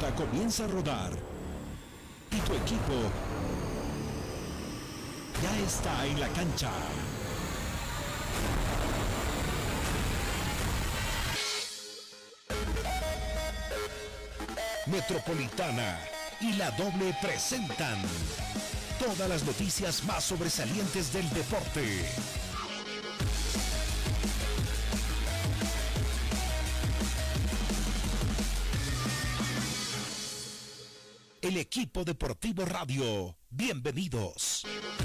pelota comienza a rodar y tu equipo ya está en la cancha. Metropolitana y La Doble presentan todas las noticias más sobresalientes del deporte. El equipo deportivo radio, bienvenidos.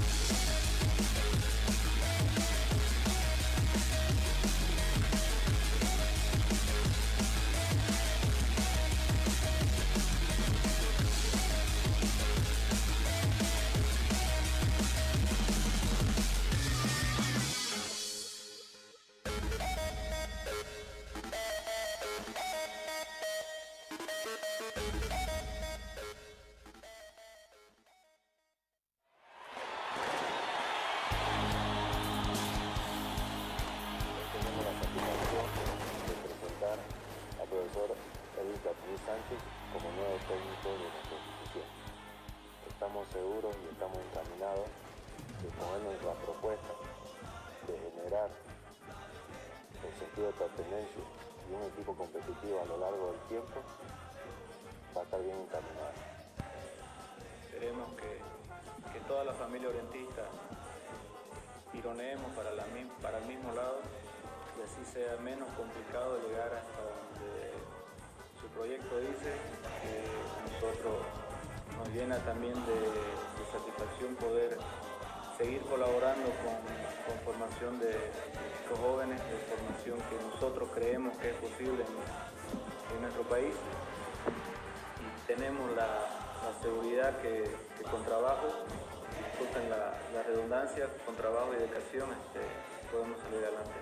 Estamos seguros y estamos encaminados de poner nuestra propuesta de generar el sentido de pertenencia y un equipo competitivo a lo largo del tiempo va a estar bien encaminado. Queremos que toda la familia orientista tironeemos para el mismo lado y así sea menos complicado llegar hasta donde su proyecto dice. Nosotros nos llena también de satisfacción poder seguir colaborando con formación de estos jóvenes, de formación que nosotros creemos que es posible en nuestro país, y tenemos la seguridad que con trabajo, disculpen la redundancia, con trabajo y dedicación podemos salir adelante.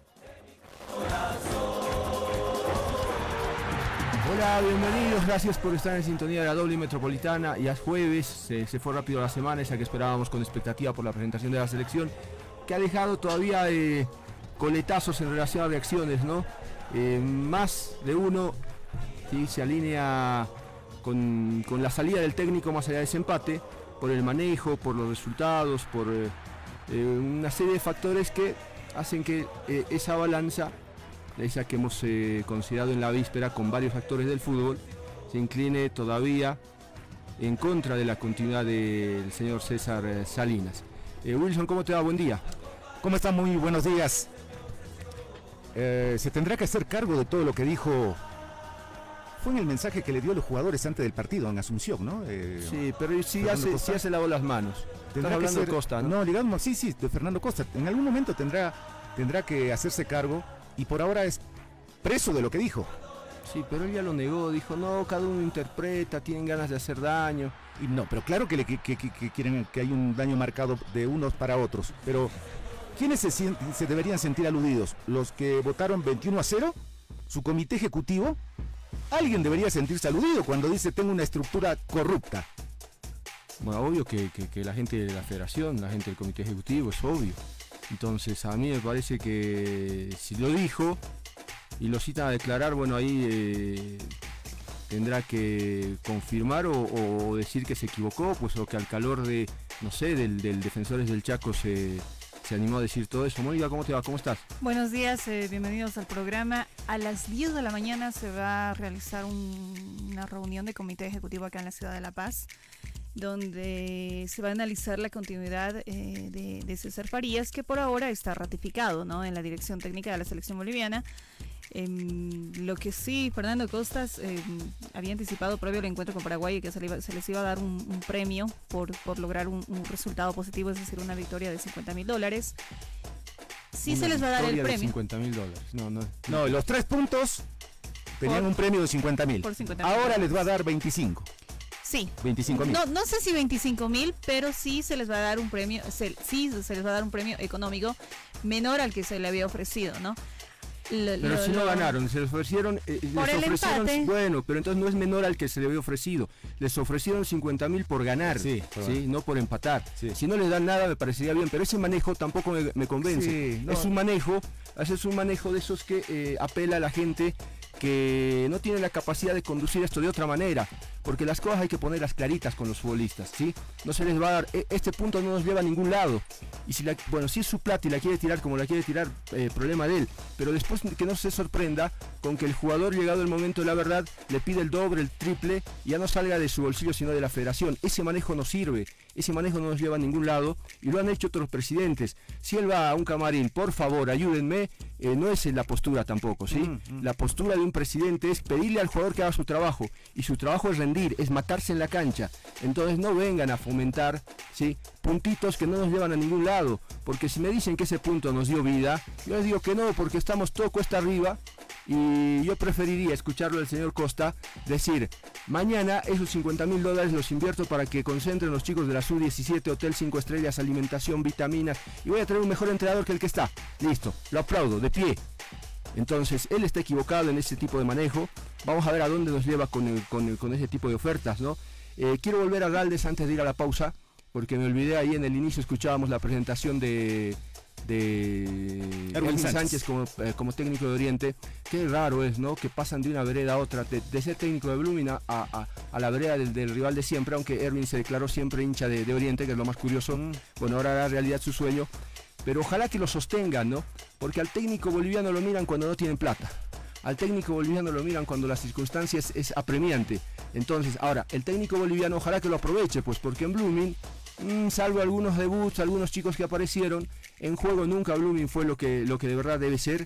Hola, bienvenidos, gracias por estar en sintonía de La Doble Metropolitana. Ya es jueves, se fue rápido la semana, esa que esperábamos con expectativa por la presentación de la selección, que ha dejado todavía coletazos en relación a reacciones, ¿no? Más de uno ¿sí? Se alinea con la salida del técnico más allá de ese empate, por el manejo, por los resultados, por una serie de factores que hacen que esa balanza, esa que hemos considerado en la víspera con varios actores del fútbol, se incline todavía en contra de la continuidad del señor César Salinas. Wilson, ¿cómo te va? Buen día. ¿Cómo están? Muy buenos días. Se tendrá que hacer cargo de todo lo que dijo. Fue en el mensaje que le dio a los jugadores antes del partido en Asunción, ¿no? Sí, pero sí se lavó las manos. Estás hablando de Costa, ¿no? No, digamos, sí, de Fernando Costa. En algún momento tendrá que hacerse cargo. Y por ahora es preso de lo que dijo. Sí, pero él ya lo negó, dijo, no, cada uno interpreta, tienen ganas de hacer daño. Y no, pero claro que quieren que hay un daño marcado de unos para otros. Pero, ¿quiénes se deberían sentir aludidos? ¿Los que votaron 21-0? ¿Su comité ejecutivo? Alguien debería sentirse aludido cuando dice, tengo una estructura corrupta. Bueno, obvio que la gente de la federación, la gente del comité ejecutivo, es obvio. Entonces a mí me parece que si lo dijo y lo citan a declarar, bueno, ahí tendrá que confirmar o decir que se equivocó, pues, o que al calor de, no sé, del Defensores del Chaco se animó a decir todo eso. Mónica, ¿cómo te va? ¿Cómo estás? Buenos días, bienvenidos al programa. A las 10 de la mañana se va a realizar una reunión de comité ejecutivo acá en la ciudad de La Paz, donde se va a analizar la continuidad de César Farías, que por ahora está ratificado, ¿no?, en la dirección técnica de la selección boliviana. Lo que sí, Fernando Costas había anticipado previo al encuentro con Paraguay que se les iba a dar un premio por lograr un resultado positivo, es decir, una victoria de $50,000. Sí se les va a dar el premio. $50,000. No, los 3 puntos tenían un premio de 50,000. Ahora les va a dar 25. Sí. 25,000. No sé si 25,000, pero sí se les va a dar un premio, se les va a dar un premio económico menor al que se le había ofrecido, ¿no? Pero si no ganaron, se les ofrecieron, bueno, pero entonces no es menor al que se le había ofrecido. Les ofrecieron 50,000 por ganar, ¿sí? No por empatar. Sí. Si no les dan nada me parecería bien, pero ese manejo tampoco me convence. Sí, no. Es un manejo de esos que apela a la gente que no tiene la capacidad de conducir esto de otra manera, porque las cosas hay que ponerlas claritas con los futbolistas, ¿sí? No se les va a dar, este punto no nos lleva a ningún lado, y si si es su plata y la quiere tirar como la quiere tirar, problema de él, pero después que no se sorprenda con que el jugador, llegado el momento de la verdad, le pide el doble, el triple, y ya no salga de su bolsillo sino de la federación. Ese manejo no sirve, ese manejo no nos lleva a ningún lado, y lo han hecho otros presidentes. Si él va a un camarín, por favor, ayúdenme, no es la postura tampoco, ¿sí? La postura de un presidente es pedirle al jugador que haga su trabajo, y su trabajo es rendir, es matarse en la cancha. Entonces no vengan a fomentar, ¿sí?, puntitos que no nos llevan a ningún lado, porque si me dicen que ese punto nos dio vida, yo les digo que no, porque estamos todo cuesta arriba, y yo preferiría escucharlo del señor Costa decir: mañana esos $50.000 los invierto para que concentren los chicos de la Sub-17, Hotel 5 estrellas, alimentación, vitaminas, y voy a traer un mejor entrenador que el que está. Listo, lo aplaudo, de pie. Entonces, él está equivocado en ese tipo de manejo. Vamos a ver a dónde nos lleva con ese tipo de ofertas, ¿no? Quiero volver a Galdes antes de ir a la pausa, porque me olvidé, ahí en el inicio escuchábamos la presentación de Erwin Sánchez como técnico de Oriente. Qué raro es, ¿no?, que pasan de una vereda a otra, de ser técnico de Blooming a la vereda del rival de siempre, aunque Erwin se declaró siempre hincha de Oriente, que es lo más curioso. Bueno, ahora hará realidad su sueño, pero ojalá que lo sostengan, ¿no?, porque al técnico boliviano lo miran cuando no tienen plata, al técnico boliviano lo miran cuando las circunstancias es apremiante. Entonces, ahora, el técnico boliviano ojalá que lo aproveche, pues porque en Blooming, salvo algunos debuts, algunos chicos que aparecieron, en juego nunca Blooming fue lo que de verdad debe ser,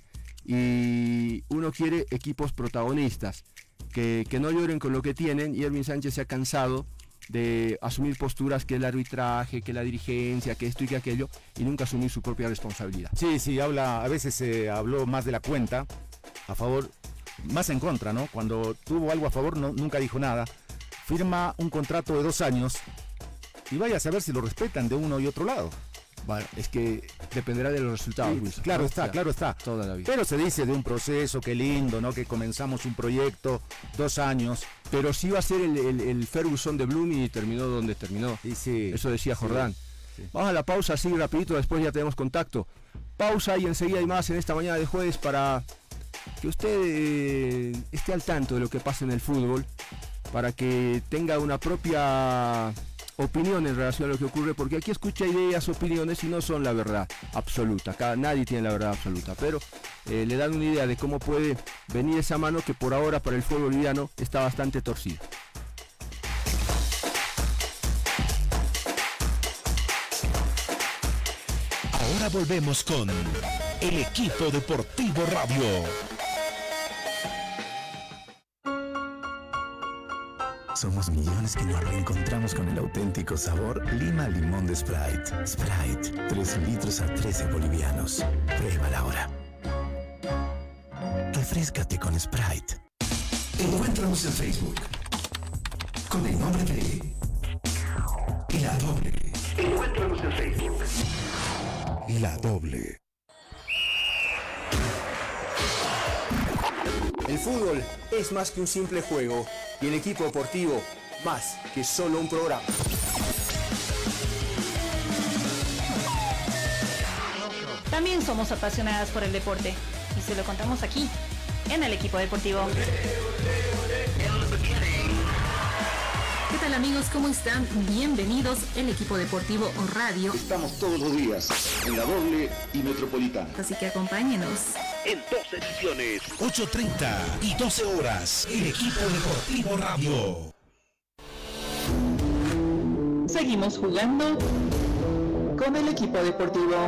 y uno quiere equipos protagonistas, que no lloren con lo que tienen, y Erwin Sánchez se ha cansado de asumir posturas que el arbitraje, que la dirigencia, que esto y que aquello, y nunca asumir su propia responsabilidad. Sí, a veces habló más de la cuenta, a favor, más en contra, ¿no? Cuando tuvo algo a favor nunca dijo nada. Firma un contrato de 2 años y vaya a saber si lo respetan de uno y otro lado. Bueno, es que dependerá de los resultados, Luis. Claro está. Toda la vida. Pero se dice de un proceso, qué lindo, ¿no? Que comenzamos un proyecto, 2 años. Pero sí va a ser el Ferguson de Blooming y terminó donde terminó. Sí. Eso decía Jordán. Sí. Vamos a la pausa así rapidito, después ya tenemos contacto. Pausa y enseguida hay más en esta mañana de jueves para que usted esté al tanto de lo que pasa en el fútbol, para que tenga una propia opinión en relación a lo que ocurre, porque aquí escucha ideas, opiniones y no son la verdad absoluta. Acá nadie tiene la verdad absoluta, pero le dan una idea de cómo puede venir esa mano que por ahora para el fútbol boliviano está bastante torcida. Ahora volvemos con el equipo deportivo radio. Somos millones que nos reencontramos con el auténtico sabor Lima Limón de Sprite. Sprite, 3 litros a 13 bolivianos. Pruébala ahora. Refréscate con Sprite. Encuéntranos en Facebook con el nombre de La Doble. Encuéntranos en Facebook. La Doble. El fútbol es más que un simple juego y el equipo deportivo más que solo un programa. También somos apasionadas por el deporte y se lo contamos aquí, en el equipo deportivo. ¿Qué tal, amigos? ¿Cómo están? Bienvenidos el equipo deportivo radio. Estamos todos los días en La Doble y Metropolitana. Así que acompáñenos. En 2 ediciones, 8:30 y 12 horas, el equipo deportivo radio. Seguimos jugando con el equipo deportivo.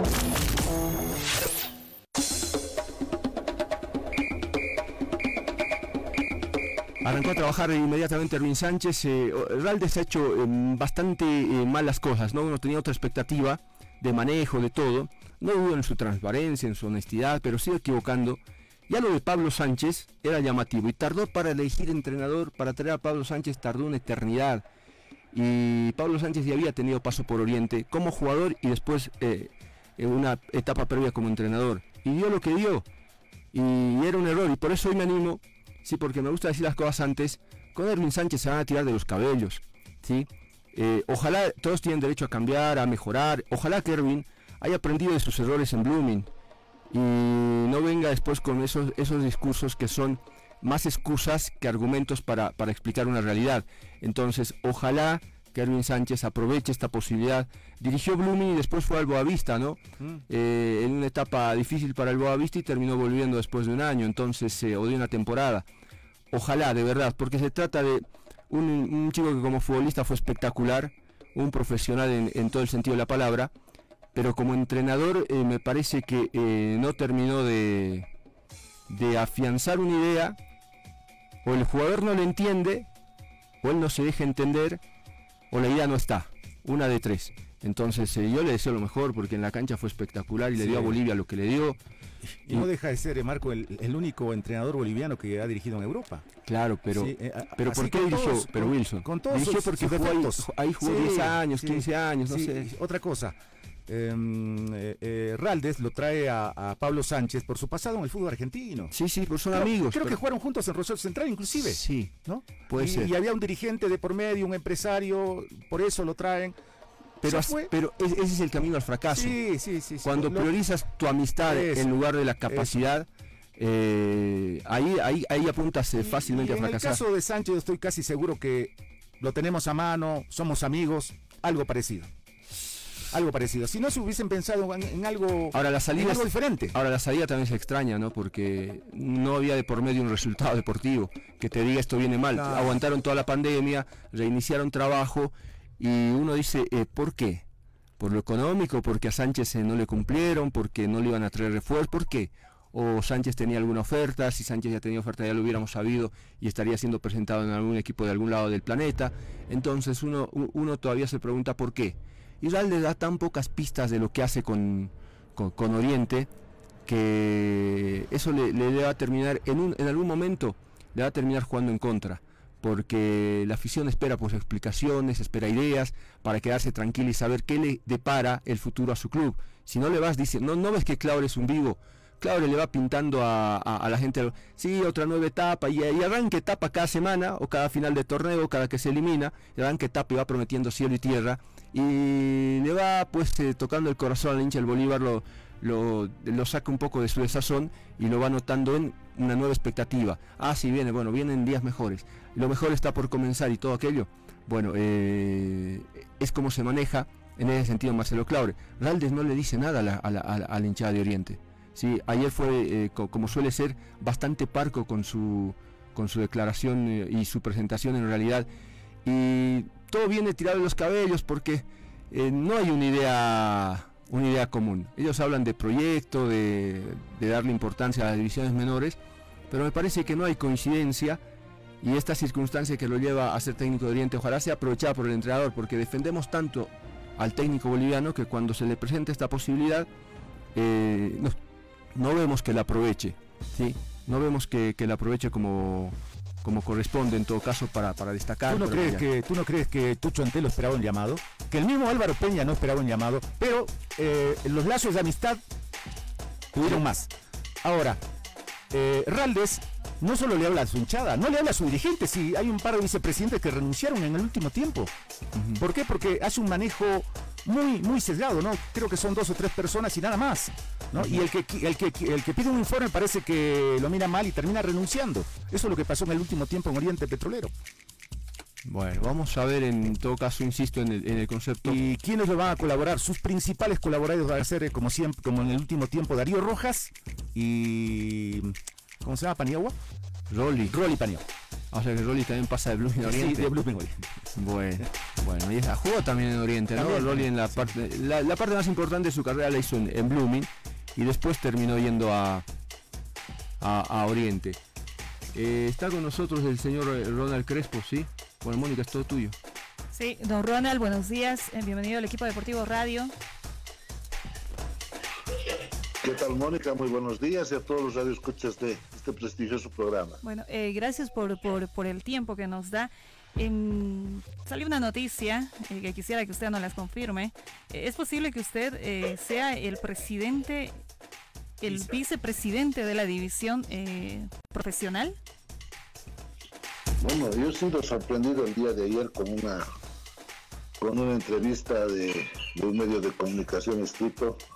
Arrancó a trabajar inmediatamente Erwin Sánchez. Galdes ha hecho bastante malas cosas, ¿no? Uno tenía otra expectativa de manejo, de todo. No dudo en su transparencia, en su honestidad, pero sigue equivocando. Ya lo de Pablo Sánchez era llamativo y tardó para elegir entrenador, para traer a Pablo Sánchez tardó una eternidad. Y Pablo Sánchez ya había tenido paso por Oriente como jugador y después una etapa previa como entrenador. Y dio lo que dio. Y era un error y por eso hoy me animo. Sí, porque me gusta decir las cosas antes. Con Erwin Sánchez se van a tirar de los cabellos, ¿sí? Ojalá todos tienen derecho a cambiar, a mejorar. Ojalá que Erwin haya aprendido de sus errores en Blooming y no venga después con esos discursos que son más excusas que argumentos para explicar una realidad. Entonces, ojalá que Erwin Sánchez aproveche esta posibilidad. Dirigió Blooming y después fue al Boavista, ¿no? En una etapa difícil para el Boavista y terminó volviendo después de un año, entonces, o de una temporada. Ojalá, de verdad, porque se trata de un chico que como futbolista fue espectacular, un profesional en todo el sentido de la palabra, pero como entrenador me parece que no terminó de afianzar una idea, o el jugador no le entiende, o él no se deja entender, o la idea no está, una de tres. Entonces yo le deseo lo mejor porque en la cancha fue espectacular y le dio a Bolivia lo que le dio. Y no deja de ser, Marco, el único entrenador boliviano que ha dirigido en Europa. Claro, pero ¿por qué dirigió? Pero Wilson, con todos dirigió sus porque ahí jugó 10 años, 15 años, no sé. Otra cosa, Raldes lo trae a Pablo Sánchez por su pasado en el fútbol argentino. Sí, pues son amigos. Creo que jugaron juntos en Rosario Central inclusive. Sí, ¿no? Puede ser. Y había un dirigente de por medio, un empresario, por eso lo traen. Pero ese es el camino al fracaso. Sí. Cuando priorizas tu amistad en lugar de la capacidad, ahí apuntas fácilmente a fracasar. En el caso de Sánchez yo estoy casi seguro que lo tenemos a mano, somos amigos, algo parecido. Si no se hubiesen pensado en algo, algo diferente. Ahora la salida también se extraña, ¿no? Porque no había de por medio un resultado deportivo que te diga esto viene mal. Claro. Aguantaron toda la pandemia, reiniciaron trabajo. Y uno dice, ¿por qué? ¿Por lo económico? ¿Porque a Sánchez no le cumplieron? ¿Porque no le iban a traer refuerzos? ¿Por qué? ¿O Sánchez tenía alguna oferta? Si Sánchez ya tenía oferta ya lo hubiéramos sabido y estaría siendo presentado en algún equipo de algún lado del planeta. Entonces uno todavía se pregunta ¿por qué? Israel le da tan pocas pistas de lo que hace con Oriente que eso le va a terminar, en algún momento le va a terminar jugando en contra. Porque la afición espera pues explicaciones, espera ideas para quedarse tranquila y saber qué le depara el futuro a su club. Si no le vas diciendo, no ves que Claure es un vivo, Claure le va pintando a la gente, sí, otra nueva etapa, y arranque etapa cada semana, o cada final de torneo, cada que se elimina, y arranque etapa y va prometiendo cielo y tierra, y le va pues tocando el corazón al hincha del Bolívar, lo saca un poco de su desazón y lo va notando en una nueva expectativa. Sí, vienen días mejores, lo mejor está por comenzar y todo aquello. Bueno, es como se maneja en ese sentido Marcelo Claure. Raldes no le dice nada a la hinchada de Oriente. Sí, ayer fue, como suele ser, bastante parco con su declaración y su presentación en realidad. Y todo viene tirado de los cabellos porque no hay una idea común. Ellos hablan de proyecto, de darle importancia a las divisiones menores, pero me parece que no hay coincidencia y esta circunstancia que lo lleva a ser técnico de Oriente ojalá sea aprovechada por el entrenador, porque defendemos tanto al técnico boliviano que cuando se le presenta esta posibilidad no vemos que la aproveche, ¿sí? No vemos que la aproveche como corresponde en todo caso para destacar. ¿Tú no crees que Tucho Antelo esperaba un llamado? Que el mismo Álvaro Peña no esperaba un llamado, pero los lazos de amistad tuvieron más. Ahora, Raldes no solo le habla a su hinchada, no le habla a su dirigente. Sí, hay un par de vicepresidentes que renunciaron en el último tiempo. Uh-huh. ¿Por qué? Porque hace un manejo muy sesgado, ¿no? Creo que son 2 o 3 personas y nada más, ¿no? Uh-huh. Y el que pide un informe parece que lo mira mal y termina renunciando. Eso es lo que pasó en el último tiempo en Oriente Petrolero. Bueno, vamos a ver en todo caso, insisto, en el concepto. ¿Y quiénes le van a colaborar? Sus principales colaboradores van a ser, como siempre, como en el último tiempo, Darío Rojas y... ¿cómo se llama? ¿Paniagua? Rolly Paniagua. O sea que Rolly también pasa de Blooming Oriente. Sí, de Blooming Oriente. Bueno, y jugó también en Oriente, ¿no? También, Rolly en la parte, la parte más importante de su carrera la hizo en Blooming y después terminó yendo a Oriente. Está con nosotros el señor Ronald Crespo, ¿sí? Bueno, Mónica, es todo tuyo. Sí, don Ronald, buenos días, bienvenido al equipo deportivo Radio. ¿Qué tal, Mónica? Muy buenos días y a todos los radioescuchas de este prestigioso programa. Bueno, gracias por el tiempo que nos da. Salió una noticia que quisiera que usted nos las confirme. ¿Es posible que usted sea el vicepresidente de la división profesional? Bueno, yo he sido sorprendido el día de ayer con una entrevista de un medio de comunicación escrito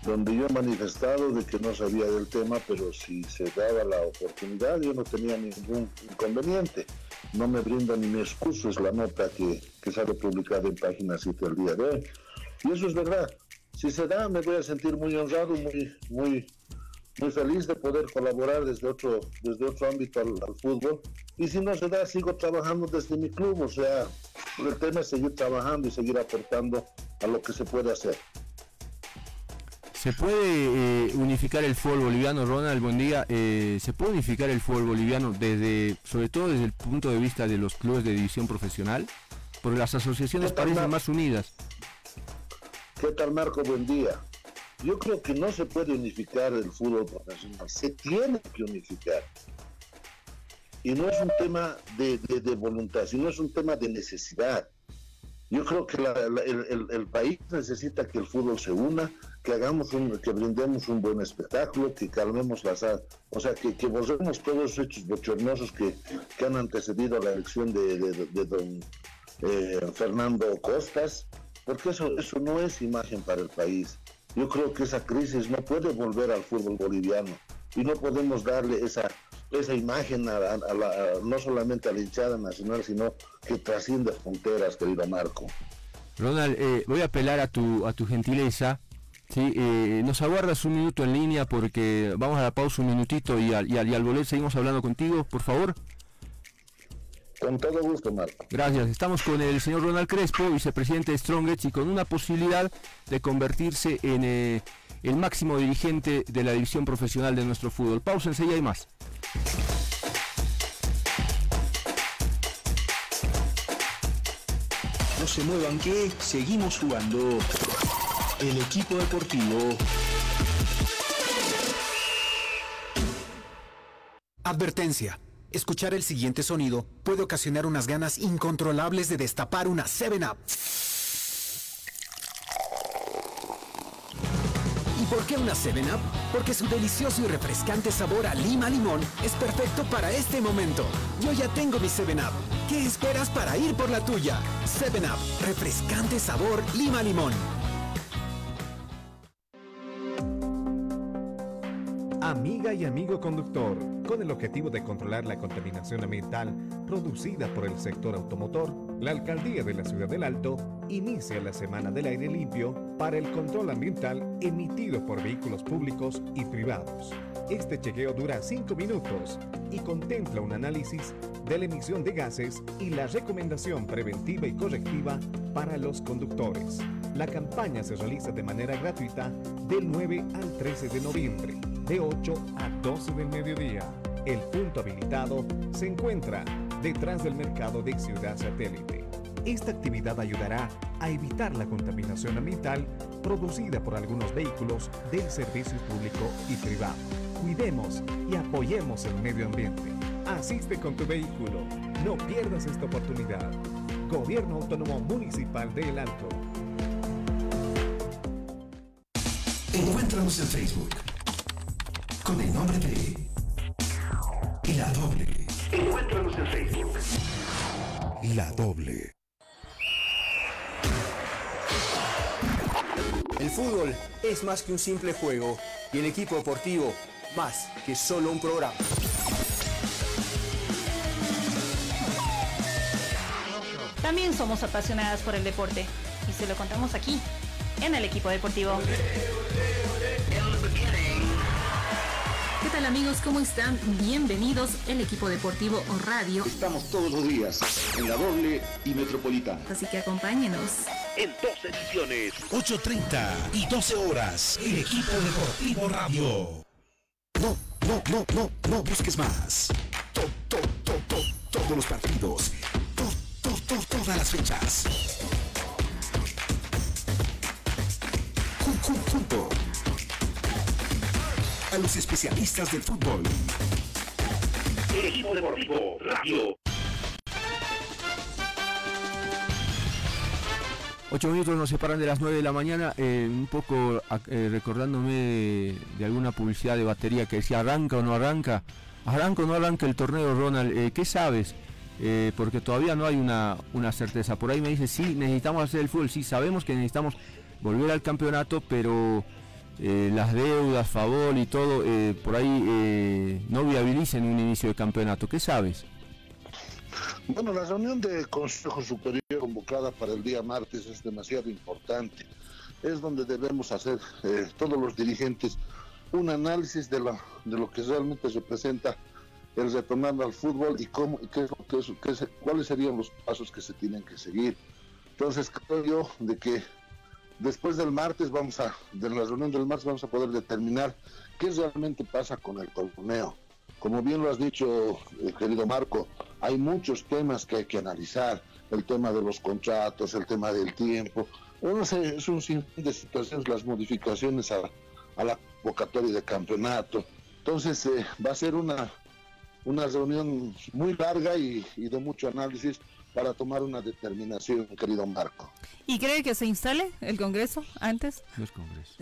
donde yo he manifestado de que no sabía del tema, pero si se daba la oportunidad yo no tenía ningún inconveniente. No me brinda ni me excuso, es la nota que sale publicada en Página 7 el día de hoy. Y eso es verdad. Si se da, me voy a sentir muy honrado, muy feliz de poder colaborar desde otro ámbito al fútbol. Y si no se da, sigo trabajando desde mi club. O sea, el tema es seguir trabajando y seguir aportando a lo que se puede hacer. ¿Se puede unificar el fútbol boliviano, Ronald? Buen día. ¿Se puede unificar el fútbol boliviano sobre todo desde el punto de vista de los clubes de división profesional? Porque las asociaciones parecen más unidas. ¿Qué tal, Marco? Buen día. Yo creo que no se puede unificar el fútbol profesional, se tiene que unificar. Y no es un tema de voluntad, sino es un tema de necesidad. Yo creo que el país necesita que el fútbol se una, que brindemos un buen espectáculo, que calmemos o sea, que borremos todos los hechos bochornosos que han antecedido a la elección de don Fernando Costas, porque eso no es imagen para el país. Yo creo que esa crisis no puede volver al fútbol boliviano y no podemos darle esa imagen no solamente a la hinchada nacional, sino que trasciende fronteras, querido Marco. Ronald, voy a apelar a tu gentileza. ¿Sí? Nos aguardas un minuto en línea porque vamos a la pausa un minutito y al volver seguimos hablando contigo, por favor. Con todo gusto, Marco. Gracias. Estamos con el señor Ronald Crespo, vicepresidente de Strongest, y con una posibilidad de convertirse en el máximo dirigente de la división profesional de nuestro fútbol. Pausa, enseguida hay más. No se muevan que seguimos jugando. El equipo deportivo. Advertencia. Escuchar el siguiente sonido puede ocasionar unas ganas incontrolables de destapar una 7-Up. ¿Y por qué una 7-Up? Porque su delicioso y refrescante sabor a lima-limón es perfecto para este momento. Yo ya tengo mi 7-Up. ¿Qué esperas para ir por la tuya? 7-Up, refrescante sabor lima-limón. Amiga y amigo conductor, con el objetivo de controlar la contaminación ambiental producida por el sector automotor, la Alcaldía de la Ciudad del Alto inicia la Semana del Aire Limpio para el control ambiental emitido por vehículos públicos y privados. Este chequeo dura 5 minutos y contempla un análisis de la emisión de gases y la recomendación preventiva y correctiva para los conductores. La campaña se realiza de manera gratuita del 9 al 13 de noviembre. De 8 a 12 del mediodía. El punto habilitado se encuentra detrás del mercado de Ciudad Satélite. Esta actividad ayudará a evitar la contaminación ambiental producida por algunos vehículos del servicio público y privado. Cuidemos y apoyemos el medio ambiente. Asiste con tu vehículo. No pierdas esta oportunidad. Gobierno Autónomo Municipal de El Alto. Encuéntranos en Facebook con el nombre de La Doble. Encuéntranos en Facebook. La Doble. El fútbol es más que un simple juego y el equipo deportivo más que solo un programa. También somos apasionadas por el deporte y se lo contamos aquí, en el equipo deportivo. ¿Qué tal, amigos? ¿Cómo están? Bienvenidos al equipo deportivo o radio. Estamos todos los días en La Doble y Metropolitana. Así que acompáñenos. En 2 ediciones, 8:30 y 12 horas, el equipo deportivo radio. No busques más. Todos los partidos. Todas las fechas. Junto a los especialistas del fútbol. El equipo deportivo radio. 8 minutos nos separan de las 9 de la mañana, un poco recordándome de alguna publicidad de batería que decía arranca o no arranca el torneo, Ronald. ¿Qué sabes? Porque todavía no hay una certeza. Por ahí me dice, sí, necesitamos hacer el fútbol, sí, sabemos que necesitamos volver al campeonato, pero las deudas, favor y todo, por ahí no viabilicen un inicio de campeonato. ¿Qué sabes? Bueno, la reunión de Consejo Superior convocada para el día martes es demasiado importante. Es donde debemos hacer todos los dirigentes un análisis de lo que realmente representa el retornar al fútbol y cuáles serían los pasos que se tienen que seguir. Entonces creo yo de que después del martes de la reunión del martes vamos a poder determinar qué realmente pasa con el torneo. Como bien lo has dicho, querido Marco, hay muchos temas que hay que analizar, el tema de los contratos, el tema del tiempo, es un sinfín de situaciones, las modificaciones a la convocatoria de campeonato. Entonces va a ser una reunión muy larga y de mucho análisis para tomar una determinación, querido Marco. ¿Y cree que se instale el Congreso antes? No es Congreso.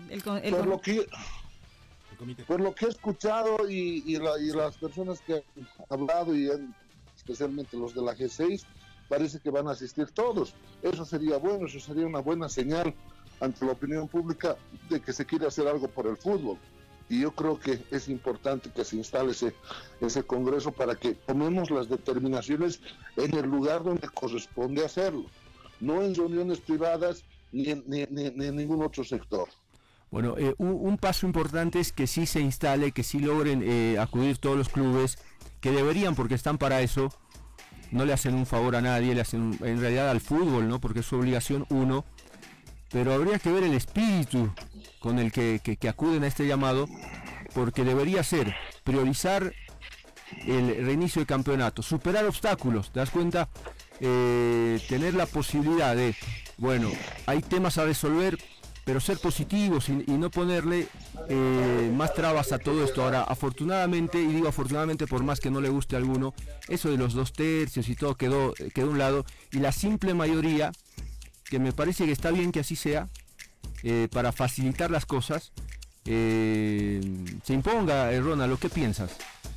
Por lo que he escuchado y las personas que han hablado, especialmente los de la G6, parece que van a asistir todos. Eso sería bueno, eso sería una buena señal ante la opinión pública de que se quiere hacer algo por el fútbol. Y yo creo que es importante que se instale ese Congreso para que tomemos las determinaciones en el lugar donde corresponde hacerlo, no en reuniones privadas ni en ningún otro sector. Bueno, un paso importante es que sí se instale, que sí logren acudir todos los clubes, que deberían, porque están para eso, no le hacen un favor a nadie, le hacen en realidad al fútbol, ¿no? Porque es su obligación uno, pero habría que ver el espíritu con el que acuden a este llamado, porque debería ser priorizar el reinicio de campeonato, superar obstáculos, ¿te das cuenta? Tener la posibilidad de, bueno, hay temas a resolver, pero ser positivos y no ponerle más trabas a todo esto. Ahora, afortunadamente, y digo afortunadamente por más que no le guste a alguno, eso de los 2/3 y todo quedó a un lado, y la simple mayoría, que me parece que está bien que así sea, para facilitar las cosas, se imponga. Ronald, ¿qué piensas?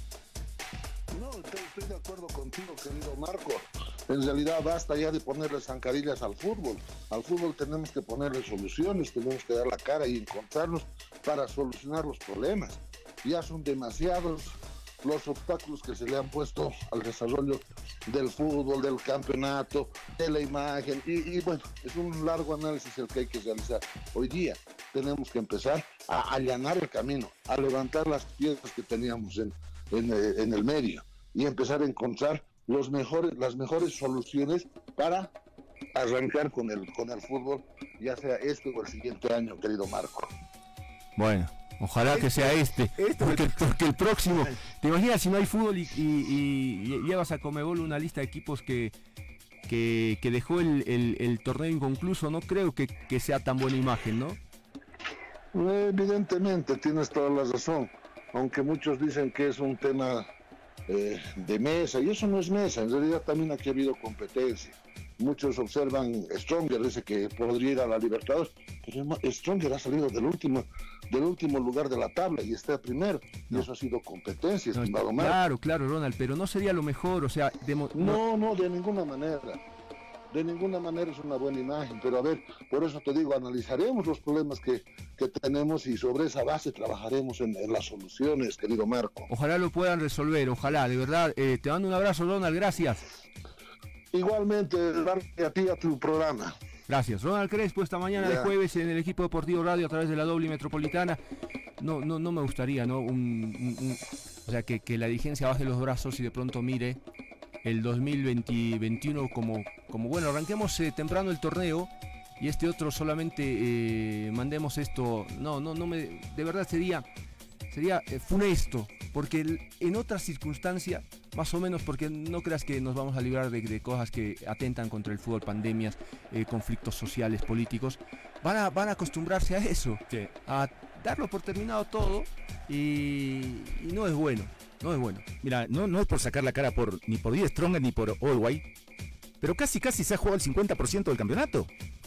No, estoy de acuerdo contigo, querido Marco. En realidad basta ya de ponerle zancadillas al fútbol. Al fútbol tenemos que ponerle soluciones, tenemos que dar la cara y encontrarnos para solucionar los problemas. Ya son demasiados los obstáculos que se le han puesto al desarrollo del fútbol, del campeonato, de la imagen, y bueno, es un largo análisis el que hay que realizar. Hoy día tenemos que empezar a allanar el camino, a levantar las piedras que teníamos en el medio y empezar a encontrar las mejores soluciones para arrancar con el fútbol, ya sea este o el siguiente año, querido Marco. Bueno, ojalá que sea porque el próximo, ¿te imaginas si no hay fútbol y llevas a Conmebol una lista de equipos que dejó el torneo inconcluso? No creo que sea tan buena imagen, ¿no? Evidentemente, tienes toda la razón, aunque muchos dicen que es un tema de mesa, y eso no es mesa, en realidad también aquí ha habido competencia. Muchos observan Stronger, dice que podría ir a la Libertadores, pero Stronger ha salido del último lugar de la tabla y está primero, y eso ha sido competencia, estimado Marco. Claro, Ronald, pero no sería lo mejor, o sea... No, de ninguna manera. De ninguna manera es una buena imagen, pero a ver, por eso te digo, analizaremos los problemas que tenemos y sobre esa base trabajaremos en las soluciones, querido Marco. Ojalá lo puedan resolver, ojalá, de verdad. Te mando un abrazo, Ronald, gracias. Igualmente, a ti, a tu programa. Gracias. Ronald Crespo, esta mañana de jueves en el equipo deportivo radio a través de la doble metropolitana. No me gustaría, ¿no? O sea, que la dirigencia baje los brazos y de pronto mire el 2021 como bueno, arranquemos temprano el torneo y este otro solamente mandemos esto. De verdad sería funesto, porque en otras circunstancias, más o menos, porque no creas que nos vamos a librar de cosas que atentan contra el fútbol, pandemias, conflictos sociales, políticos, van a acostumbrarse a eso, sí, a darlo por terminado todo, y no es bueno. No es bueno. Mira, no es por sacar la cara ni por Die Stronger ni por Allway, pero casi se ha jugado el 50% del campeonato.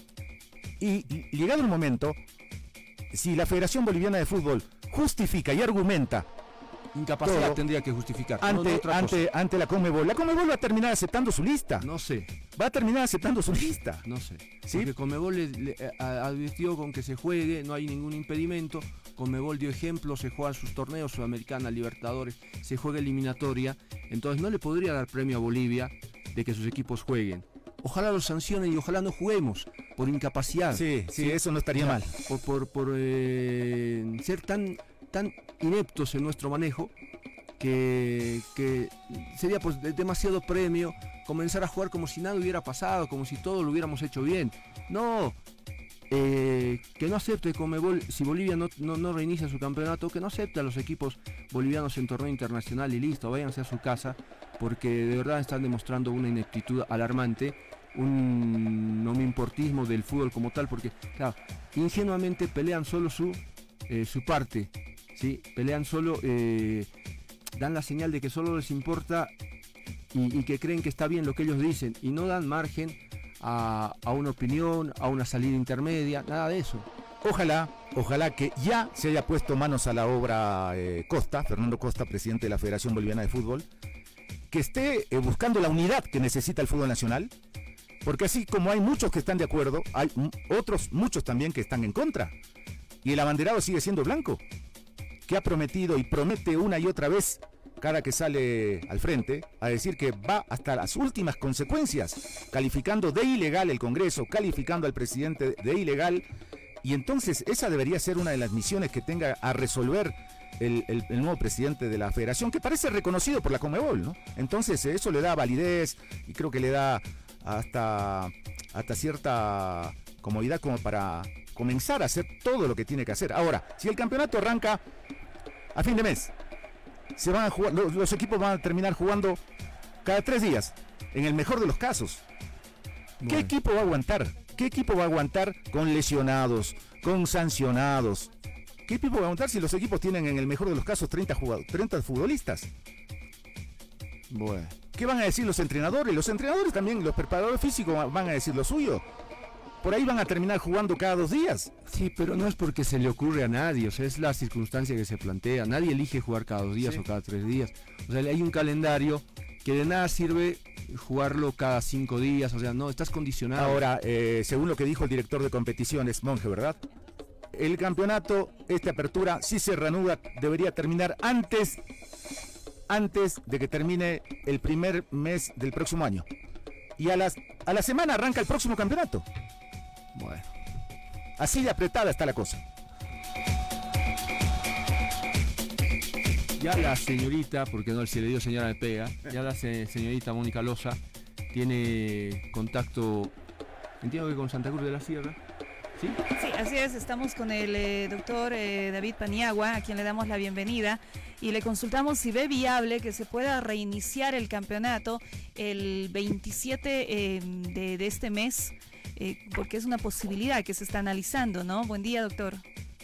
Y llegado el momento, si la Federación Boliviana de Fútbol justifica y argumenta Incapacidad todo, tendría que justificar. Ante la Conmebol. La Conmebol va a terminar aceptando su lista. No sé. Va a terminar aceptando su lista. No sé. ¿Sí? Porque Conmebol le advirtió con que se juegue, no hay ningún impedimento. Conmebol dio ejemplo, se juegan sus torneos, Sudamericana, Libertadores, se juega eliminatoria. Entonces no le podría dar premio a Bolivia de que sus equipos jueguen. Ojalá los sancionen y ojalá no juguemos por incapacidad. Sí, eso no estaría mal. Por ser tan ineptos en nuestro manejo que sería pues demasiado premio comenzar a jugar como si nada hubiera pasado, como si todo lo hubiéramos hecho bien. No, que no acepte Conmebol, si Bolivia no reinicia su campeonato, que no acepte a los equipos bolivianos en torneo internacional y listo, váyanse a su casa, porque de verdad están demostrando una ineptitud alarmante, un no me importismo del fútbol como tal, porque claro, ingenuamente pelean solo su parte, ¿sí? Pelean solo, dan la señal de que solo les importa y que creen que está bien lo que ellos dicen y no dan margen a una opinión, a una salida intermedia, nada de eso. Ojalá que ya se haya puesto manos a la obra Fernando Costa, presidente de la Federación Boliviana de Fútbol, que esté buscando la unidad que necesita el fútbol nacional, porque así como hay muchos que están de acuerdo, hay muchos también que están en contra, y el abanderado sigue siendo Blanco, que ha prometido y promete una y otra vez, cada que sale al frente, a decir que va hasta las últimas consecuencias, calificando de ilegal el Congreso, calificando al presidente de ilegal, y entonces esa debería ser una de las misiones que tenga a resolver el nuevo presidente de la federación, que parece reconocido por la Conmebol, ¿no? Entonces eso le da validez y creo que le da hasta cierta comodidad como para comenzar a hacer todo lo que tiene que hacer. Ahora, si el campeonato arranca a fin de mes, se van a jugar, los equipos van a terminar jugando cada 3 días, en el mejor de los casos. ¿Qué equipo va a aguantar? ¿Qué equipo va a aguantar con lesionados, con sancionados? ¿Qué equipo va a aguantar si los equipos tienen en el mejor de los casos 30 futbolistas? Bueno. ¿Qué van a decir los entrenadores? Los entrenadores también, los preparadores físicos van a decir lo suyo. Por ahí van a terminar jugando cada 2 días. Sí, pero no es porque se le ocurre a nadie, o sea, es la circunstancia que se plantea. Nadie elige jugar cada 2 días o cada 3 días. O sea, hay un calendario que de nada sirve jugarlo cada 5 días, o sea, no, estás condicionado. Ahora, según lo que dijo el director de competiciones, Monge, ¿verdad? El campeonato, esta apertura, si se reanuda, debería terminar antes de que termine el primer mes del próximo año. Y a la semana arranca el próximo campeonato. Bueno. Así de apretada está la cosa. Ya la señorita, porque no se le dio señora de pega, ya la señorita Mónica Loza tiene contacto, entiendo que con Santa Cruz de la Sierra. ¿Sí? Sí, así es, estamos con el doctor David Paniagua, a quien le damos la bienvenida y le consultamos si ve viable que se pueda reiniciar el campeonato el 27 de este mes, porque es una posibilidad que se está analizando, ¿no? Buen día, doctor.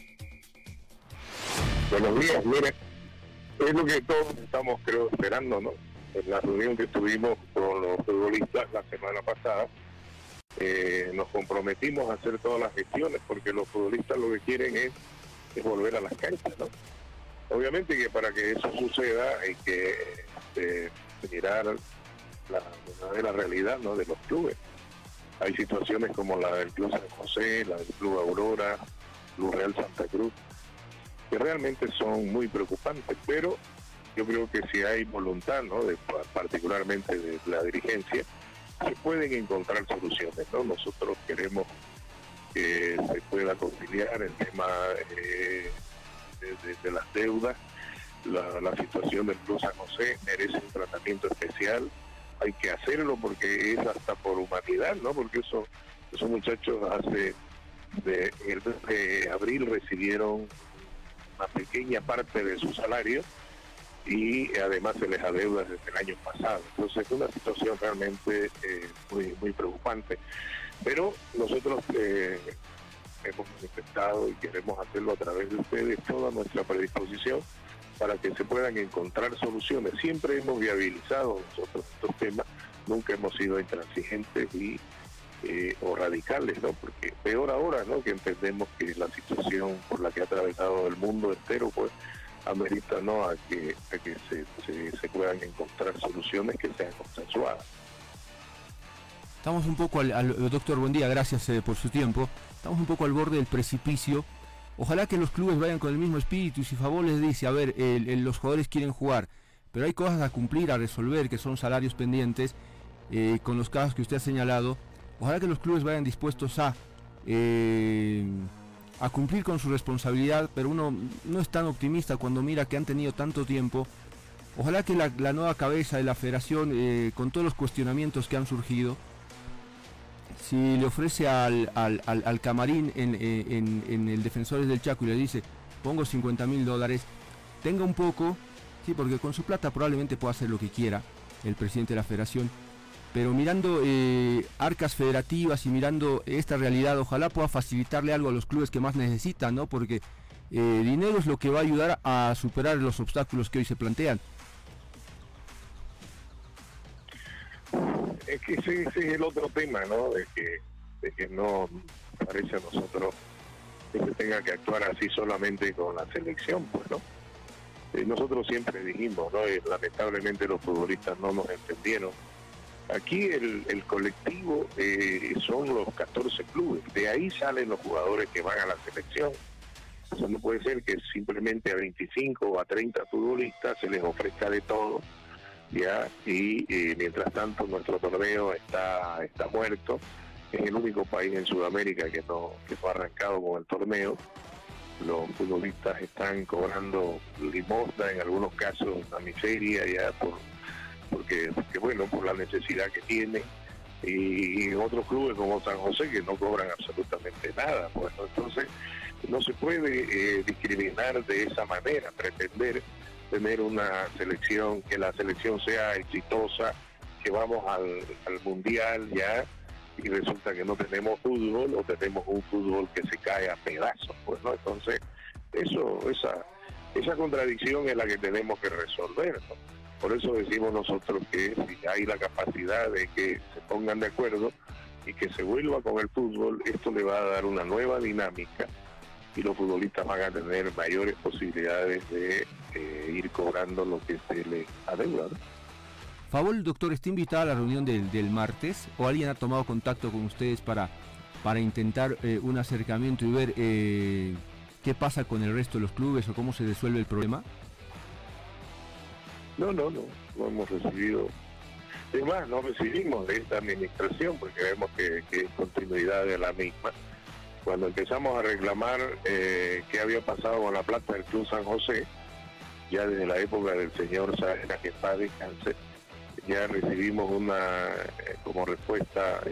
Buenos días, mire, es lo que todos estamos, creo, esperando, ¿no? En la reunión que tuvimos con los futbolistas la semana pasada, nos comprometimos a hacer todas las gestiones porque los futbolistas lo que quieren es volver a las canchas, ¿no? Obviamente que para que eso suceda hay que mirar la verdadera realidad, ¿no?, de los clubes. Hay situaciones como la del Club San José, la del Club Aurora, Club Real Santa Cruz, que realmente son muy preocupantes, pero yo creo que si hay voluntad, ¿no?, particularmente de la dirigencia, se pueden encontrar soluciones, ¿no? Nosotros queremos que se pueda conciliar el tema de las deudas. La situación del Club San José merece un tratamiento especial. Hay que hacerlo porque es hasta por humanidad, ¿no? Porque esos muchachos en el mes de abril recibieron una pequeña parte de su salario y además se les adeuda desde el año pasado. Entonces es una situación realmente muy, muy preocupante. Pero nosotros hemos manifestado y queremos hacerlo a través de ustedes toda nuestra predisposición para que se puedan encontrar soluciones. Siempre hemos viabilizado nosotros estos temas, nunca hemos sido intransigentes o radicales, ¿no? Porque peor ahora, ¿no?, que entendemos que la situación por la que ha atravesado el mundo entero, pues amerita, ¿no?, a que se puedan encontrar soluciones que sean consensuadas. Estamos un poco doctor, buen día, gracias por su tiempo. Estamos un poco al borde del precipicio. Ojalá que los clubes vayan con el mismo espíritu. Si Favol les dice, a ver, los jugadores quieren jugar, pero hay cosas a cumplir, a resolver, que son salarios pendientes, con los casos que usted ha señalado. Ojalá que los clubes vayan dispuestos a cumplir con su responsabilidad, pero uno no es tan optimista cuando mira que han tenido tanto tiempo. Ojalá que la nueva cabeza de la federación, con todos los cuestionamientos que han surgido, si le ofrece al camarín en el Defensores del Chaco y le dice, pongo $50,000, tenga un poco, sí, porque con su plata probablemente pueda hacer lo que quiera el presidente de la federación, pero mirando arcas federativas y mirando esta realidad, ojalá pueda facilitarle algo a los clubes que más necesitan, ¿no? Porque dinero es lo que va a ayudar a superar los obstáculos que hoy se plantean. Es que ese es el otro tema, ¿no? De que no parece a nosotros que se tenga que actuar así solamente con la selección, pues, ¿no? Nosotros siempre dijimos, ¿no? Lamentablemente los futbolistas no nos entendieron. Aquí el colectivo son los 14 clubes, de ahí salen los jugadores que van a la selección. O sea, no puede ser que simplemente a 25 o a 30 futbolistas se les ofrezca de todo, ya, y mientras tanto nuestro torneo está muerto. Es el único país en Sudamérica que no ha arrancado con el torneo. Los futbolistas están cobrando limosna, en algunos casos una miseria, ya, porque bueno, por la necesidad que tienen, y en otros clubes como San José que no cobran absolutamente nada, pues, ¿no? Entonces no se puede discriminar de esa manera, pretender tener una selección, que la selección sea exitosa, que vamos al mundial ya, y resulta que no tenemos fútbol, o tenemos un fútbol que se cae a pedazos, pues, ¿no? Entonces esa contradicción es la que tenemos que resolver, ¿no? Por eso decimos nosotros que si hay la capacidad de que se pongan de acuerdo y que se vuelva con el fútbol, esto le va a dar una nueva dinámica y los futbolistas van a tener mayores posibilidades de ir cobrando lo que se les adeuda, ¿no? Favol, doctor, ¿está invitada a la reunión del martes? ¿O alguien ha tomado contacto con ustedes para intentar un acercamiento y ver qué pasa con el resto de los clubes o cómo se resuelve el problema? No hemos recibido. Es más, no recibimos de esta administración porque vemos que es continuidad de la misma. Cuando empezamos a reclamar qué había pasado con la plata del Club San José, ya desde la época del señor Saavedra, que está descanse, ya recibimos como respuesta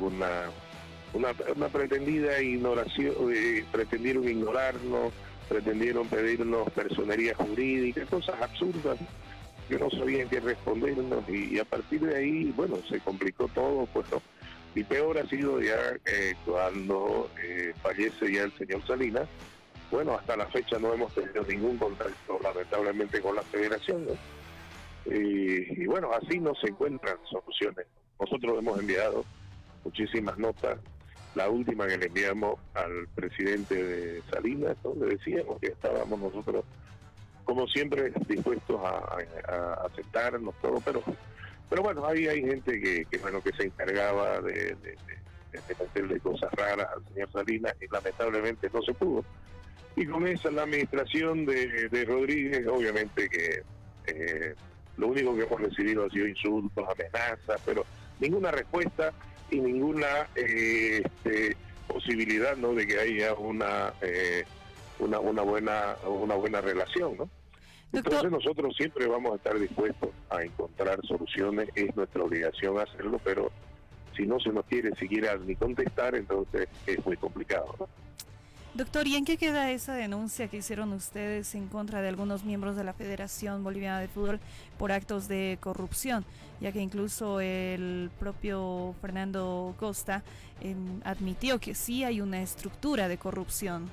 una pretendida ignoración, pretendieron ignorarnos, pretendieron pedirnos personería jurídica, cosas absurdas que no sabían qué respondernos, y a partir de ahí, bueno, se complicó todo, pues, ¿no? Y peor ha sido ya cuando fallece ya el señor Salinas. Bueno, hasta la fecha no hemos tenido ningún contacto, lamentablemente, con la federación, ¿no? Y bueno, así no se encuentran soluciones. Nosotros hemos enviado muchísimas notas. La última que le enviamos al presidente de Salinas, ¿no? Le decíamos que estábamos nosotros, como siempre, dispuestos a aceptarnos todo, pero bueno, ahí hay gente que se encargaba de meterle cosas raras al señor Salinas, y lamentablemente no se pudo. Y con esa, la administración de Rodríguez, obviamente que lo único que hemos recibido ha sido insultos, amenazas, pero ninguna respuesta y ninguna posibilidad, ¿no?, de que haya una buena relación, ¿no? Entonces nosotros siempre vamos a estar dispuestos a encontrar soluciones, es nuestra obligación hacerlo, pero si no se nos quiere siquiera ni contestar, entonces es muy complicado, ¿no? Doctor, ¿y en qué queda esa denuncia que hicieron ustedes en contra de algunos miembros de la Federación Boliviana de Fútbol por actos de corrupción? Ya que incluso el propio Fernando Costa admitió que sí hay una estructura de corrupción.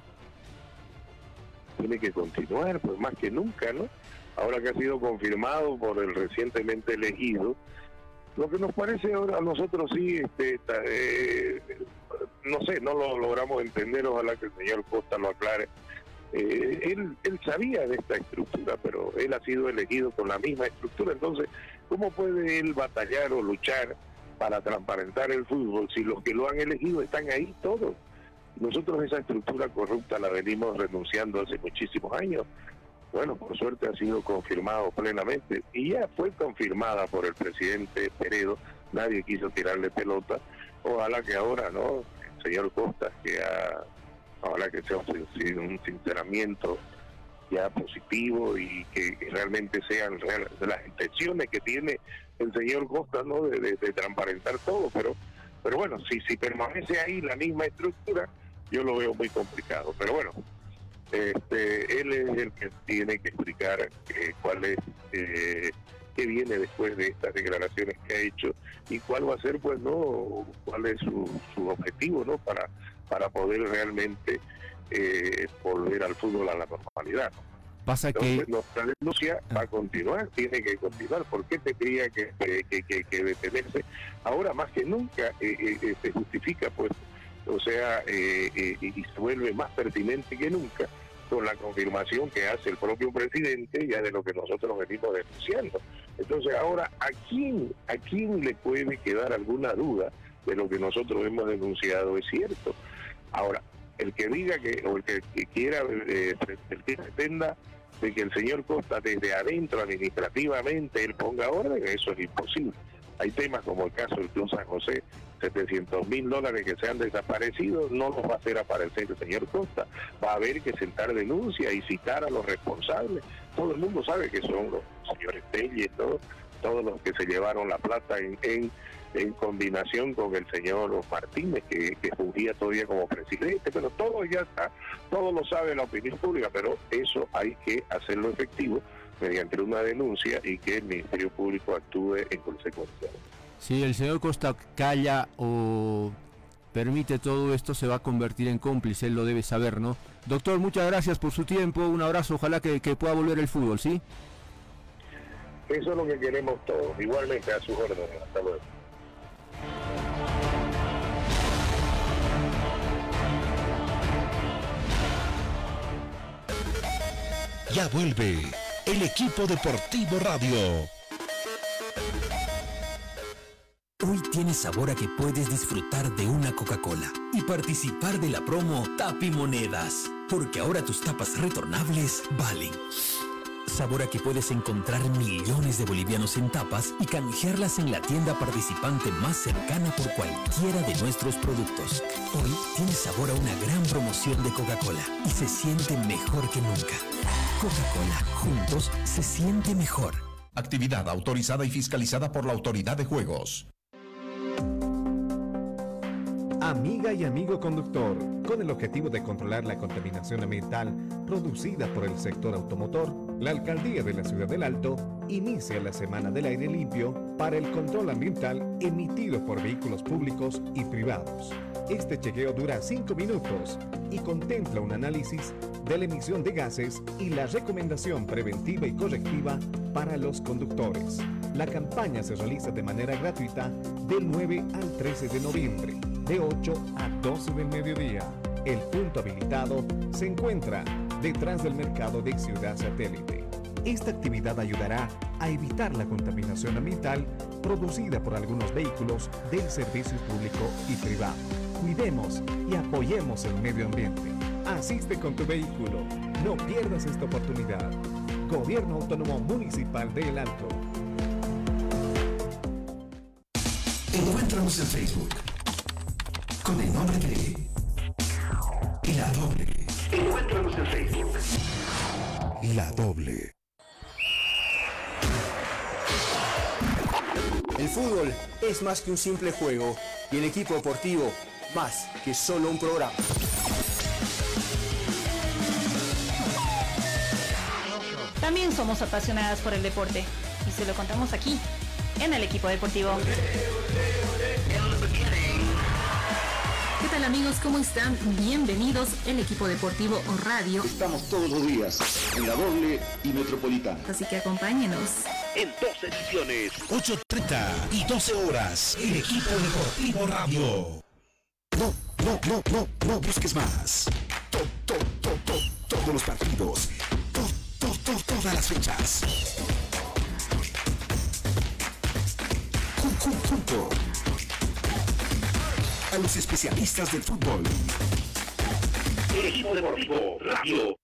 Tiene que continuar, pues más que nunca, ¿no? Ahora que ha sido confirmado por el recientemente elegido, lo que nos parece ahora a nosotros sí, no sé, no lo logramos entender, ojalá que el señor Costa lo aclare. él sabía de esta estructura, pero él ha sido elegido con la misma estructura. Entonces, ¿cómo puede él batallar o luchar para transparentar el fútbol si los que lo han elegido están ahí todos? Nosotros esa estructura corrupta la venimos renunciando hace muchísimos años. Bueno, por suerte ha sido confirmado plenamente y ya fue confirmada por el presidente Peredo. Nadie quiso tirarle pelota. Ojalá que ahora, ¿no? El señor Costas, ojalá que sea un sinceramiento ya positivo y que realmente sean las intenciones que tiene el señor Costas, ¿no? De transparentar todo, pero bueno, si permanece ahí la misma estructura, yo lo veo muy complicado. Pero bueno, él es el que tiene que explicar cuál es qué viene después de estas declaraciones que ha hecho y cuál va a ser, pues, no, cuál es su objetivo, ¿no? Para poder realmente volver al fútbol a la normalidad, ¿no? Pasa Entonces, que nuestra denuncia va a continuar, tiene que continuar. ¿Por qué tendría que detenerse? Ahora más que nunca se justifica, pues, o sea, y se vuelve más pertinente que nunca con la confirmación que hace el propio presidente ya de lo que nosotros venimos denunciando. Entonces ahora, ¿a quién le puede quedar alguna duda de lo que nosotros hemos denunciado? Es cierto. Ahora, el que diga o el que quiera, el que pretenda de que el señor Costa desde adentro administrativamente él ponga orden, eso es imposible. Hay temas como el caso del Club San José, $700,000 que se han desaparecido, no los va a hacer aparecer el señor Costa. Va a haber que sentar denuncia y citar a los responsables. Todo el mundo sabe que son los señores Telles, ¿no? Todos los que se llevaron la plata en combinación con el señor Martínez, que fungía todavía como presidente, pero todo ya está, todo lo sabe la opinión pública, pero eso hay que hacerlo efectivo mediante una denuncia y que el Ministerio Público actúe en consecuencia. Si el señor Costa calla o permite todo esto, se va a convertir en cómplice, él lo debe saber, ¿no? Doctor, muchas gracias por su tiempo, un abrazo, ojalá que pueda volver el fútbol, ¿sí? Eso es lo que queremos todos, igualmente a sus órdenes. Hasta luego. Ya vuelve el equipo deportivo radio. Hoy tienes sabor a que puedes disfrutar de una Coca-Cola y participar de la promo Tapimonedas, porque ahora tus tapas retornables valen. Sabor a que puedes encontrar millones de bolivianos en tapas y canjearlas en la tienda participante más cercana por cualquiera de nuestros productos. Hoy tienes sabor a una gran promoción de Coca-Cola y se siente mejor que nunca. Coca-Cola, juntos se siente mejor. Actividad autorizada y fiscalizada por la Autoridad de Juegos. Amiga y amigo conductor, con el objetivo de controlar la contaminación ambiental producida por el sector automotor, la Alcaldía de la Ciudad del Alto inicia la Semana del Aire Limpio para el control ambiental emitido por vehículos públicos y privados. Este chequeo dura 5 minutos y contempla un análisis de la emisión de gases y la recomendación preventiva y correctiva para los conductores. La campaña se realiza de manera gratuita del 9 al 13 de noviembre, de 8 a 12 del mediodía. El punto habilitado se encuentra detrás del mercado de Ciudad Satélite. Esta actividad ayudará a evitar la contaminación ambiental producida por algunos vehículos del servicio público y privado. Cuidemos y apoyemos el medio ambiente. Asiste con tu vehículo. No pierdas esta oportunidad. Gobierno Autónomo Municipal de El Alto. Encuéntranos en Facebook con el nombre de La Doble. Encuéntranos en Facebook. La Doble. El fútbol es más que un simple juego y el equipo deportivo más que solo un programa. También somos apasionadas por el deporte y se lo contamos aquí, en el equipo deportivo. ¿Qué tal, amigos? ¿Cómo están? Bienvenidos el equipo deportivo radio. Estamos todos los días en La Doble y Metropolitana. Así que acompáñenos. En 2 ediciones, 8:30 y 12 horas, el equipo deportivo radio. No busques más. todos los partidos, todas las fechas. Junto a los especialistas del fútbol. El equipo deportivo Radio.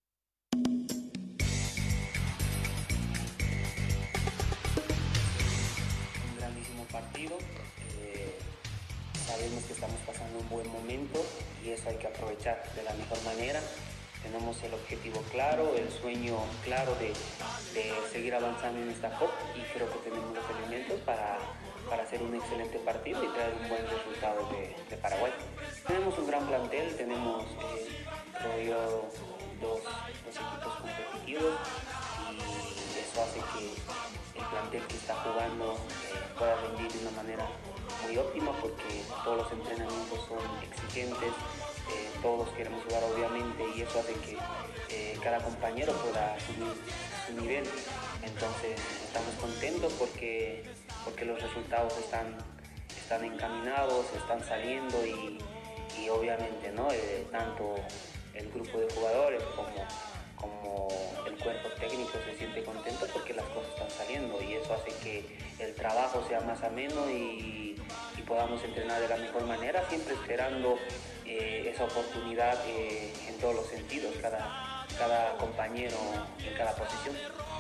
Un grandísimo partido. Sabemos que estamos pasando un buen momento y eso hay que aprovechar de la mejor manera. Tenemos el objetivo claro, el sueño claro de seguir avanzando en esta COP y creo que tenemos los elementos para hacer un excelente partido y traer un buen resultado de Paraguay. Tenemos un gran plantel, tenemos, creo yo, dos equipos competitivos y eso hace que el plantel que está jugando pueda rendir de una manera muy óptima porque todos los entrenamientos son exigentes, todos queremos jugar obviamente y eso hace que cada compañero pueda subir su nivel. Entonces estamos contentos porque los resultados están encaminados, están saliendo y obviamente, ¿no? Tanto el grupo de jugadores como el cuerpo técnico se siente contento porque las cosas están saliendo y eso hace que el trabajo sea más ameno y podamos entrenar de la mejor manera, siempre esperando esa oportunidad en todos los sentidos, cada compañero en cada posición.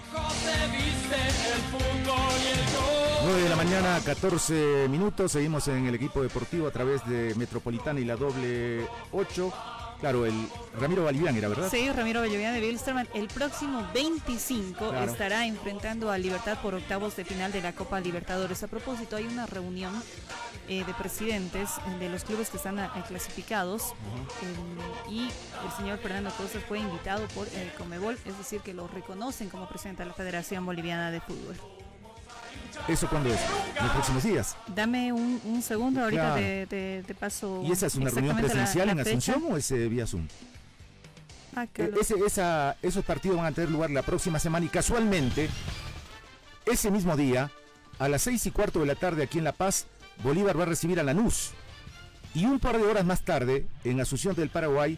9 de la mañana, 14 minutos, seguimos en el equipo deportivo a través de Metropolitana y la doble 8. Claro, el Ramiro Vallivian era, ¿verdad? Sí, Ramiro Vallivian de Wilstermann. El próximo 25 claro, estará enfrentando a Libertad por octavos de final de la Copa Libertadores. A propósito, hay una reunión de presidentes de los clubes que están clasificados y el señor Fernando Costas fue invitado por Conmebol, es decir, que lo reconocen como presidente de la Federación Boliviana de Fútbol. ¿Eso cuándo es? ¿En los próximos días? Dame un segundo, ahorita claro, te paso. ¿Y esa es una reunión presencial en Asunción o es vía Zoom? Esos partidos van a tener lugar la próxima semana y casualmente, ese mismo día, a las 6:15 de la tarde aquí en La Paz, Bolívar va a recibir a Lanús. Y un par de horas más tarde, en Asunción del Paraguay,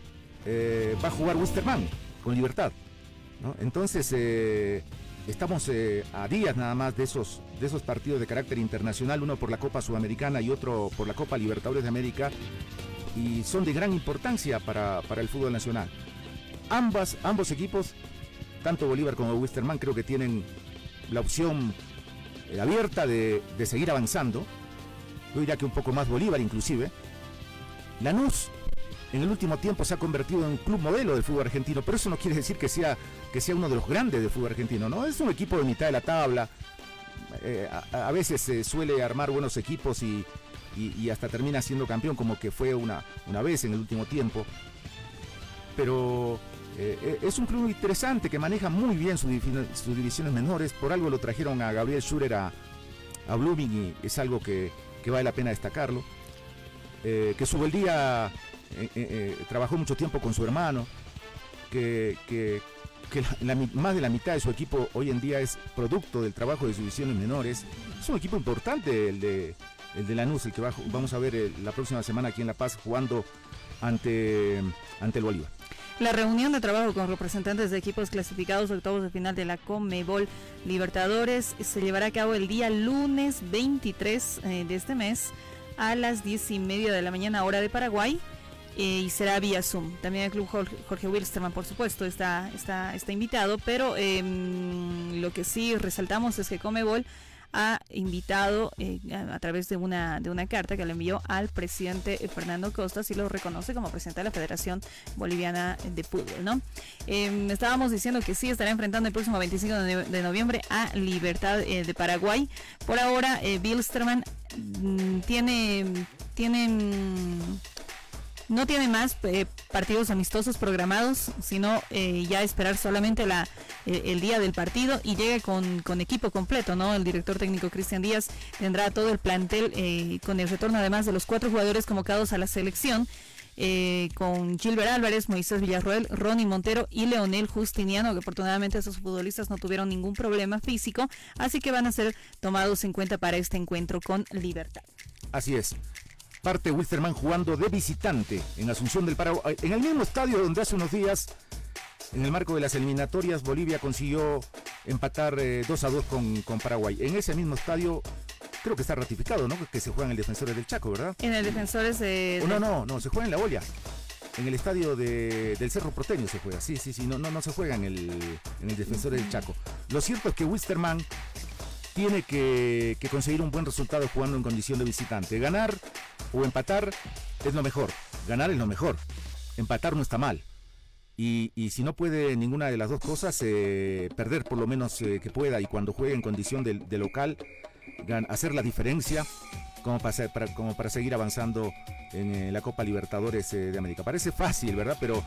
va a jugar Wilstermann con Libertad, ¿no? Entonces, estamos a días nada más de esos partidos de carácter internacional, uno por la Copa Sudamericana y otro por la Copa Libertadores de América, y son de gran importancia para el fútbol nacional. Ambos equipos, tanto Bolívar como Wilstermann, creo que tienen la opción abierta de seguir avanzando. Yo diría que un poco más Bolívar inclusive. Lanús en el último tiempo se ha convertido en un club modelo del fútbol argentino, pero eso no quiere decir que sea uno de los grandes del fútbol argentino, ¿no? Es un equipo de mitad de la tabla, a veces suele armar buenos equipos y hasta termina siendo campeón, como que fue una vez en el último tiempo, pero es un club interesante que maneja muy bien sus divisiones menores. Por algo lo trajeron a Gabriel Schurer a Blooming y es algo que vale la pena destacarlo. Que Subeldía trabajó mucho tiempo con su hermano, que más de la mitad de su equipo hoy en día es producto del trabajo de sus divisiones menores. Es un equipo importante el de Lanús, el que vamos a ver la próxima semana aquí en La Paz jugando ante el Bolívar. La reunión de trabajo con representantes de equipos clasificados a octavos de final de la Conmebol Libertadores se llevará a cabo el día lunes 23 de este mes a las 10:30 de la mañana, hora de Paraguay, y será vía Zoom. También el club Jorge Wilstermann, por supuesto, está invitado, pero lo que sí resaltamos es que Conmebol ha invitado a través de una carta que le envió al presidente Fernando Costas y lo reconoce como presidente de la Federación Boliviana de Fútbol, ¿no? Estábamos diciendo que sí estará enfrentando el próximo 25 de noviembre a Libertad de Paraguay. Por ahora, Wilstermann no tiene más partidos amistosos programados, sino ya esperar solamente el día del partido y llegue con equipo completo, ¿no? El director técnico Cristian Díaz tendrá todo el plantel con el retorno además de los 4 jugadores convocados a la selección, con Gilbert Álvarez, Moisés Villarroel, Ronnie Montero y Leonel Justiniano, que afortunadamente esos futbolistas no tuvieron ningún problema físico, así que van a ser tomados en cuenta para este encuentro con Libertad. Así es. parte Wilstermann jugando de visitante en Asunción del Paraguay, en el mismo estadio donde hace unos días, en el marco de las eliminatorias, Bolivia consiguió empatar 2-2 con Paraguay. En ese mismo estadio, creo que está ratificado, ¿no? Que se juega en el Defensores del Chaco, ¿verdad? En el Defensores de... No, se juega en La Olla. En el estadio del Cerro Porteño se juega, sí, no se juega en el Defensores del Chaco. Lo cierto es que Wilstermann tiene que conseguir un buen resultado jugando en condición de visitante. Ganar o empatar es lo mejor, ganar es lo mejor, empatar no está mal. Y si no puede ninguna de las dos cosas, perder por lo menos que pueda, y cuando juegue en condición de local, hacer la diferencia como para seguir avanzando en la Copa Libertadores de América. Parece fácil, ¿verdad? Pero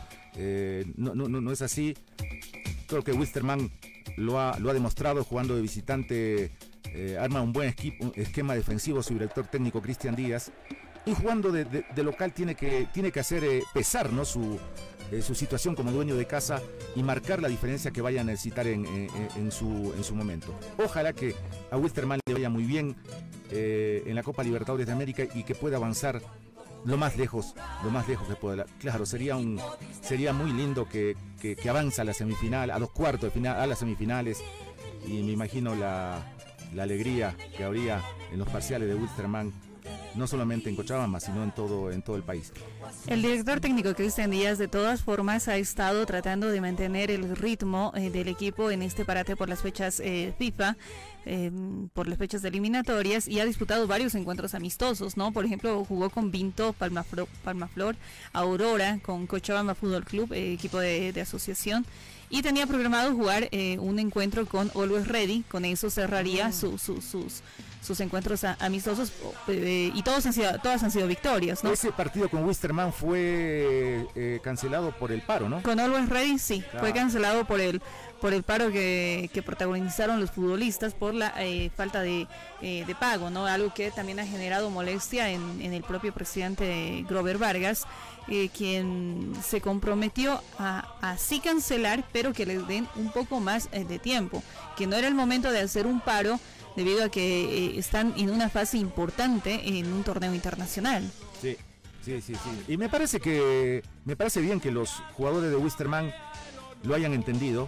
no es así. Creo que Wilstermann lo ha demostrado jugando de visitante, arma un buen esquema defensivo su director técnico Cristian Díaz, y jugando de local tiene que hacer pesar, ¿no? su situación como dueño de casa y marcar la diferencia que vaya a necesitar en su momento. Ojalá que a Wilstermann le vaya muy bien en la Copa Libertadores de América y que pueda avanzar lo más lejos que pueda. Claro, sería muy lindo que avance a la semifinal, a los cuartos de final, a las semifinales, y me imagino la alegría que habría en los parciales de Wilstermann, no solamente en Cochabamba, sino en todo el país. El director técnico Cristian Díaz, de todas formas, ha estado tratando de mantener el ritmo del equipo en este parate por las fechas FIFA, por las fechas eliminatorias, y ha disputado varios encuentros amistosos, ¿no? Por ejemplo, jugó con Vinto, Palmaflor, Aurora, con Cochabamba Fútbol Club, equipo de asociación, y tenía programado jugar un encuentro con Always Ready. Con eso cerraría sus encuentros amistosos, y todos han sido victorias, ¿no? Ese partido con Wilstermann fue cancelado por el paro, ¿no? Con Always Ready, sí, claro. Fue cancelado por el paro que protagonizaron los futbolistas por la falta de pago, ¿no? Algo que también ha generado molestia en el propio presidente Grover Vargas, quien se comprometió a sí cancelar, pero que les den un poco más de tiempo, que no era el momento de hacer un paro debido a que están en una fase importante en un torneo internacional. Sí. Y me parece bien que los jugadores de Wilstermann lo hayan entendido.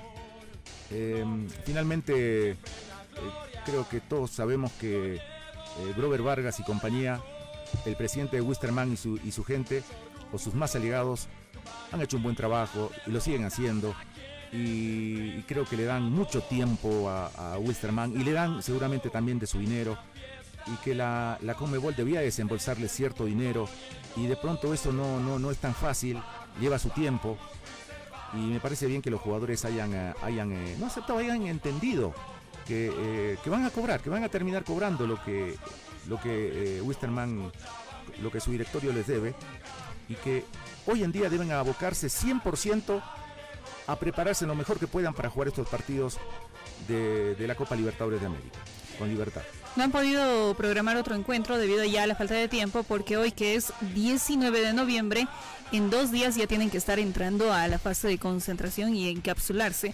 Finalmente, creo que todos sabemos que Grover Vargas y compañía, el presidente de Wilstermann y su gente, o sus más allegados, han hecho un buen trabajo y lo siguen haciendo. Y creo que le dan mucho tiempo a Wilstermann, y le dan seguramente también de su dinero, y que la Conmebol debía desembolsarle cierto dinero, y de pronto eso no es tan fácil, lleva su tiempo, y me parece bien que los jugadores hayan entendido que van a cobrar, que van a terminar cobrando lo que Wilstermann, lo que su directorio les debe, y que hoy en día deben abocarse 100% a prepararse lo mejor que puedan para jugar estos partidos de la Copa Libertadores de América, con libertad. No han podido programar otro encuentro debido ya a la falta de tiempo, porque hoy, que es 19 de noviembre, en 2 días ya tienen que estar entrando a la fase de concentración y encapsularse,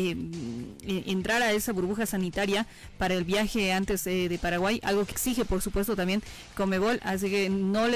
entrar a esa burbuja sanitaria para el viaje antes de Paraguay, algo que exige por supuesto también Conmebol, así que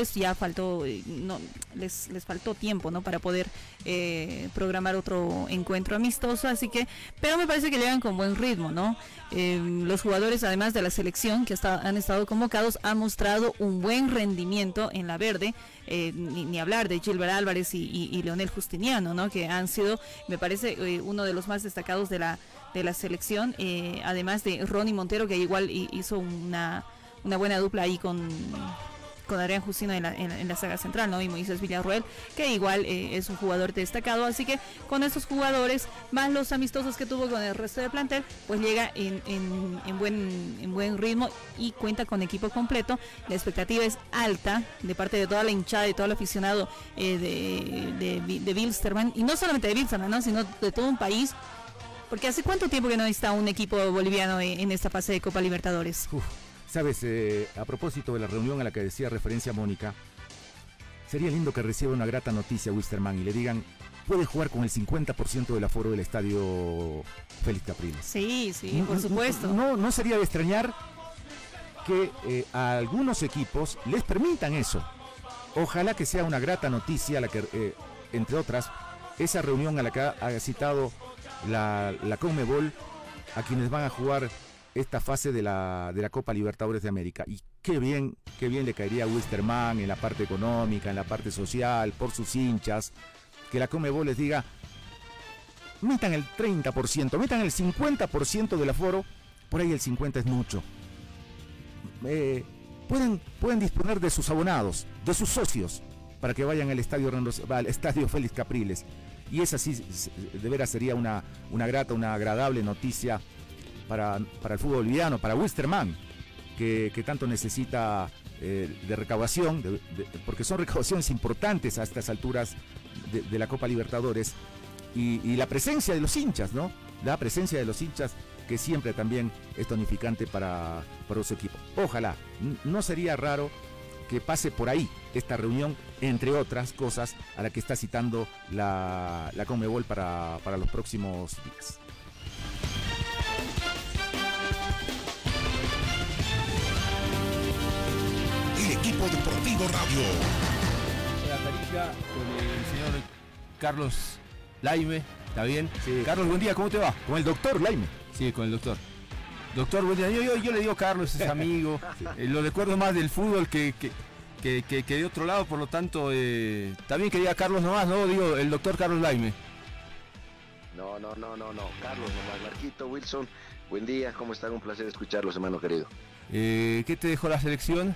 les faltó tiempo, ¿no? Para poder programar otro encuentro amistoso, así que, pero me parece que llegan con buen ritmo, ¿no? Los jugadores, además de la selección que han estado convocados, han mostrado un buen rendimiento en la verde, ni hablar de Gilbert Álvarez y Leonel Justiniano, ¿no? Que han sido, me parece, uno de los más destacados de la selección, además de Ronnie Montero, que igual hizo una buena dupla ahí con Adrián Justino en la saga central, ¿no? Y Moisés Villarroel, que igual es un jugador destacado, así que con estos jugadores, más los amistosos que tuvo con el resto del plantel, pues llega en buen ritmo y cuenta con equipo completo. La expectativa es alta de parte de toda la hinchada y todo el aficionado de Wilstermann, y no solamente de Wilstermann, ¿no? Sino de todo un país, porque ¿hace cuánto tiempo que no está un equipo boliviano en esta fase de Copa Libertadores? Sabes, a propósito de la reunión a la que decía referencia Mónica, sería lindo que reciba una grata noticia a Wilstermann y le digan: puede jugar con el 50% del aforo del estadio Félix Capriles. Sí, por supuesto. No sería de extrañar que a algunos equipos les permitan eso. Ojalá que sea una grata noticia, la que, entre otras, esa reunión a la que ha citado la Conmebol a quienes van a jugar esta fase de la Copa Libertadores de América. Y qué bien le caería a Wilstermann en la parte económica, en la parte social, por sus hinchas, que la Conmebol les diga, metan el 30%, metan el 50% del aforo, por ahí el 50% es mucho. Pueden disponer de sus abonados, de sus socios, para que vayan al estadio Félix Capriles. Y esa sí, de veras sería una grata, una agradable noticia para el fútbol boliviano, para Wilstermann, que tanto necesita de recaudación, porque son recaudaciones importantes a estas alturas de la Copa Libertadores, y la presencia de los hinchas, ¿no? La presencia de los hinchas, que siempre también es tonificante para su equipo. Ojalá, no sería raro que pase por ahí esta reunión, entre otras cosas, a la que está citando la Conmebol para los próximos días. El equipo deportivo radio. La tarifa con el señor Carlos Laime, ¿está bien? Sí. Carlos, buen día, ¿cómo te va? Con el doctor Laime. Sí, con el doctor. Doctor, buen día. Yo le digo Carlos, es amigo. Lo recuerdo más del fútbol que de otro lado, por lo tanto, también que diga Carlos nomás, ¿no? Digo, el doctor Carlos Laime. No, Carlos nomás. Marquito, Wilson, buen día, ¿cómo están? Un placer escucharlos, hermano querido. ¿Qué te dejó la selección?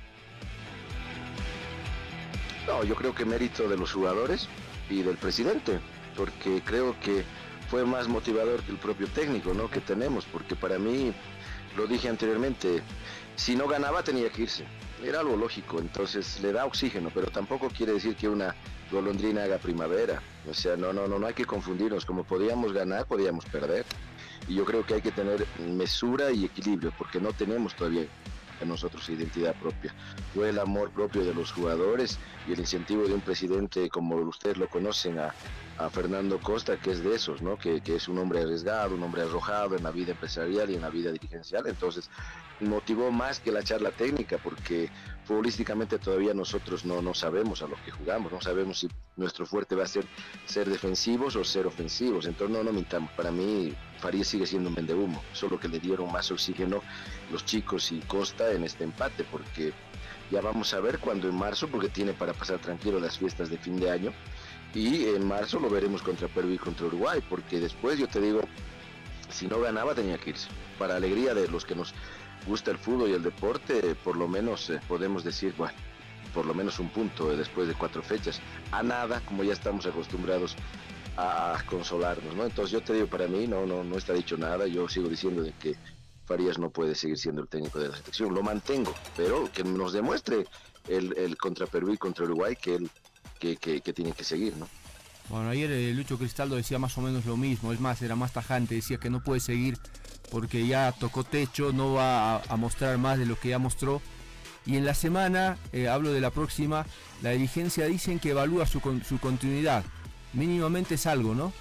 No, yo creo que mérito de los jugadores y del presidente, porque creo que fue más motivador que el propio técnico, ¿no? Que tenemos, porque para mí, lo dije anteriormente, si no ganaba tenía que irse, era algo lógico, entonces le da oxígeno, pero tampoco quiere decir que una golondrina haga primavera, o sea, no hay que confundirnos, como podíamos ganar, podíamos perder, y yo creo que hay que tener mesura y equilibrio, porque no tenemos todavía en nosotros identidad propia. Fue el amor propio de los jugadores y el incentivo de un presidente como ustedes lo conocen a Fernando Costa, que es de esos, ¿no? Que es un hombre arriesgado, un hombre arrojado en la vida empresarial y en la vida dirigencial, entonces motivó más que la charla técnica, porque futbolísticamente todavía nosotros no sabemos a lo que jugamos, no sabemos si nuestro fuerte va a ser defensivos o ser ofensivos, entonces no mintamos, para mí Farías sigue siendo un vendehumo, solo que le dieron más oxígeno los chicos y Costa en este empate, porque ya vamos a ver cuando en marzo, porque tiene para pasar tranquilo las fiestas de fin de año, y en marzo lo veremos contra Perú y contra Uruguay, porque después yo te digo, si no ganaba tenía que irse, para alegría de los que nos gusta el fútbol y el deporte, por lo menos podemos decir, bueno, por lo menos un punto después de 4 fechas, a nada, como ya estamos acostumbrados a consolarnos, ¿no? Entonces yo te digo, para mí no está dicho nada, yo sigo diciendo de que Farías no puede seguir siendo el técnico de la selección, lo mantengo, pero que nos demuestre el contra Perú y contra Uruguay que tiene que seguir, ¿no? Bueno, ayer Lucho Cristaldo decía más o menos lo mismo, es más, era más tajante, decía que no puede seguir porque ya tocó techo, no va a mostrar más de lo que ya mostró. Y en la semana, hablo de la próxima, la dirigencia dicen que evalúa su continuidad. Mínimamente es algo, ¿no?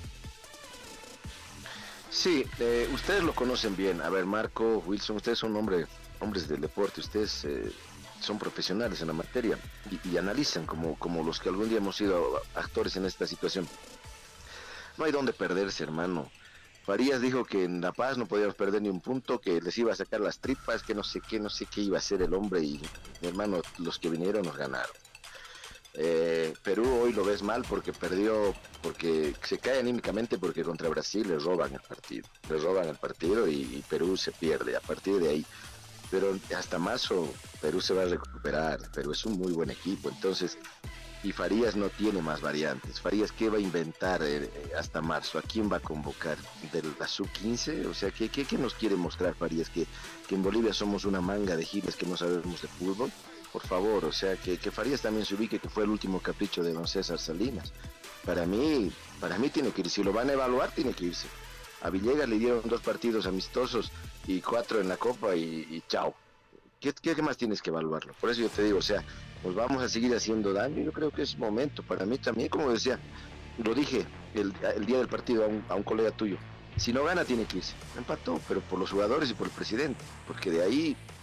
Sí, ustedes lo conocen bien. A ver, Marco, Wilson, ustedes son hombres del deporte, ustedes son profesionales en la materia y analizan como los que algún día hemos sido actores en esta situación. No hay dónde perderse, hermano. Farías dijo que en La Paz no podíamos perder ni un punto, que les iba a sacar las tripas, que no sé qué iba a hacer el hombre, y mi hermano, los que vinieron nos ganaron. Perú hoy lo ves mal porque perdió, porque se cae anímicamente, porque contra Brasil le roban el partido y Perú se pierde a partir de ahí. Pero hasta marzo Perú se va a recuperar, Perú es un muy buen equipo, entonces, y Farías no tiene más variantes. Farías, ¿qué va a inventar hasta marzo? ¿A quién va a convocar? ¿De la sub-15? O sea, ¿qué nos quiere mostrar Farías? ¿Que en Bolivia somos una manga de giles que no sabemos de fútbol? Por favor, o sea, que Farías también se ubique, que fue el último capricho de don César Salinas. Para mí tiene que irse. Si lo van a evaluar, tiene que irse. A Villegas le dieron 2 partidos amistosos y 4 en la Copa y chao. ¿Qué más tienes que evaluarlo? Por eso yo te digo, o sea, nos vamos a seguir haciendo daño. Yo creo que es momento. Para mí también, como decía, lo dije el día del partido a un colega tuyo. Si no gana, tiene que irse. Empató, pero por los jugadores y por el presidente. Porque de ahí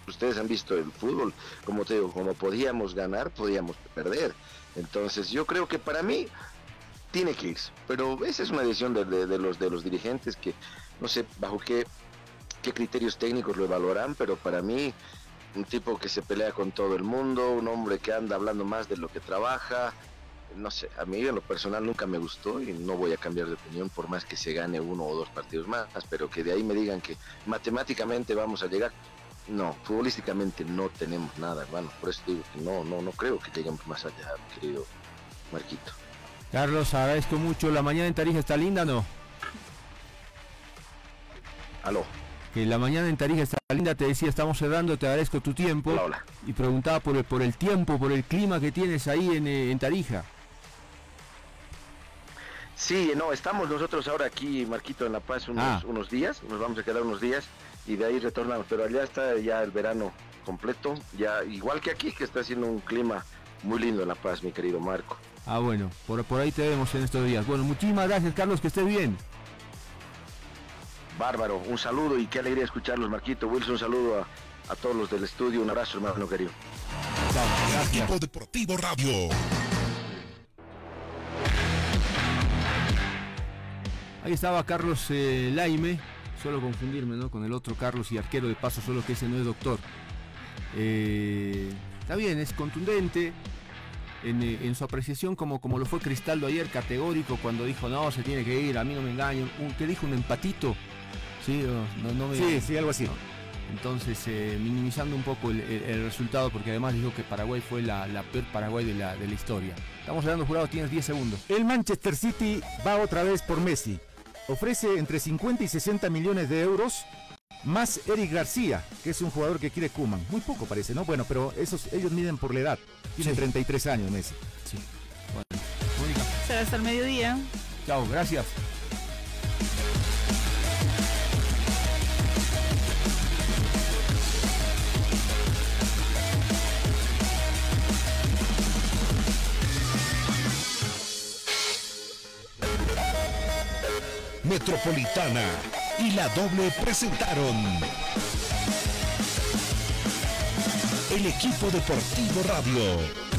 Ustedes han visto el fútbol, como te digo, como podíamos ganar, podíamos perder. Entonces yo creo que para mí tiene que irse, pero esa es una decisión de los dirigentes que no sé bajo qué criterios técnicos lo evaluarán, pero para mí un tipo que se pelea con todo el mundo, un hombre que anda hablando más de lo que trabaja, no sé, a mí en lo personal nunca me gustó y no voy a cambiar de opinión por más que se gane 1 o 2 partidos más, pero que de ahí me digan que matemáticamente vamos a llegar. No, futbolísticamente no tenemos nada, hermano. Por eso digo que no creo que lleguemos más allá, querido Marquito. Carlos, agradezco mucho. La mañana en Tarija está linda, ¿no? Aló. Que la mañana en Tarija está linda, te decía, estamos cerrando, te agradezco tu tiempo. Hola. Y preguntaba por el tiempo, por el clima que tienes ahí en Tarija. Sí, no, estamos nosotros ahora aquí, Marquito, en La Paz unos días, nos vamos a quedar unos días y de ahí retornamos, pero allá está ya el verano completo, ya igual que aquí, que está haciendo un clima muy lindo en La Paz, mi querido Marco. Ah, bueno, por ahí te vemos en estos días. Bueno, muchísimas gracias, Carlos, que estés bien. Bárbaro, un saludo y qué alegría escucharlos, Marquito. Wilson, un saludo a todos los del estudio, un abrazo, hermano querido. Chao, Equipo Deportivo Radio. Ahí estaba Carlos Laime, suelo confundirme, ¿no?, con el otro Carlos y arquero de paso, solo que ese no es doctor. Está bien, es contundente en su apreciación, como lo fue Cristaldo ayer, categórico cuando dijo no, se tiene que ir, a mí no me engañan. ¿Qué dijo? ¿Un empatito? Sí, sí, algo así. No. Entonces, minimizando un poco el resultado, porque además dijo que Paraguay fue la peor Paraguay de la historia. Estamos hablando, Jurado, tienes 10 segundos. El Manchester City va otra vez por Messi. Ofrece entre 50 y 60 millones de euros, más Eric García, que es un jugador que quiere Koeman. Muy poco parece, ¿no? Bueno, pero ellos miden por la edad. Tiene 33 años Messi. Sí. Bueno, Mónica. Será hasta el mediodía. Chao, gracias. Metropolitana y La Doble presentaron el Equipo Deportivo Radio.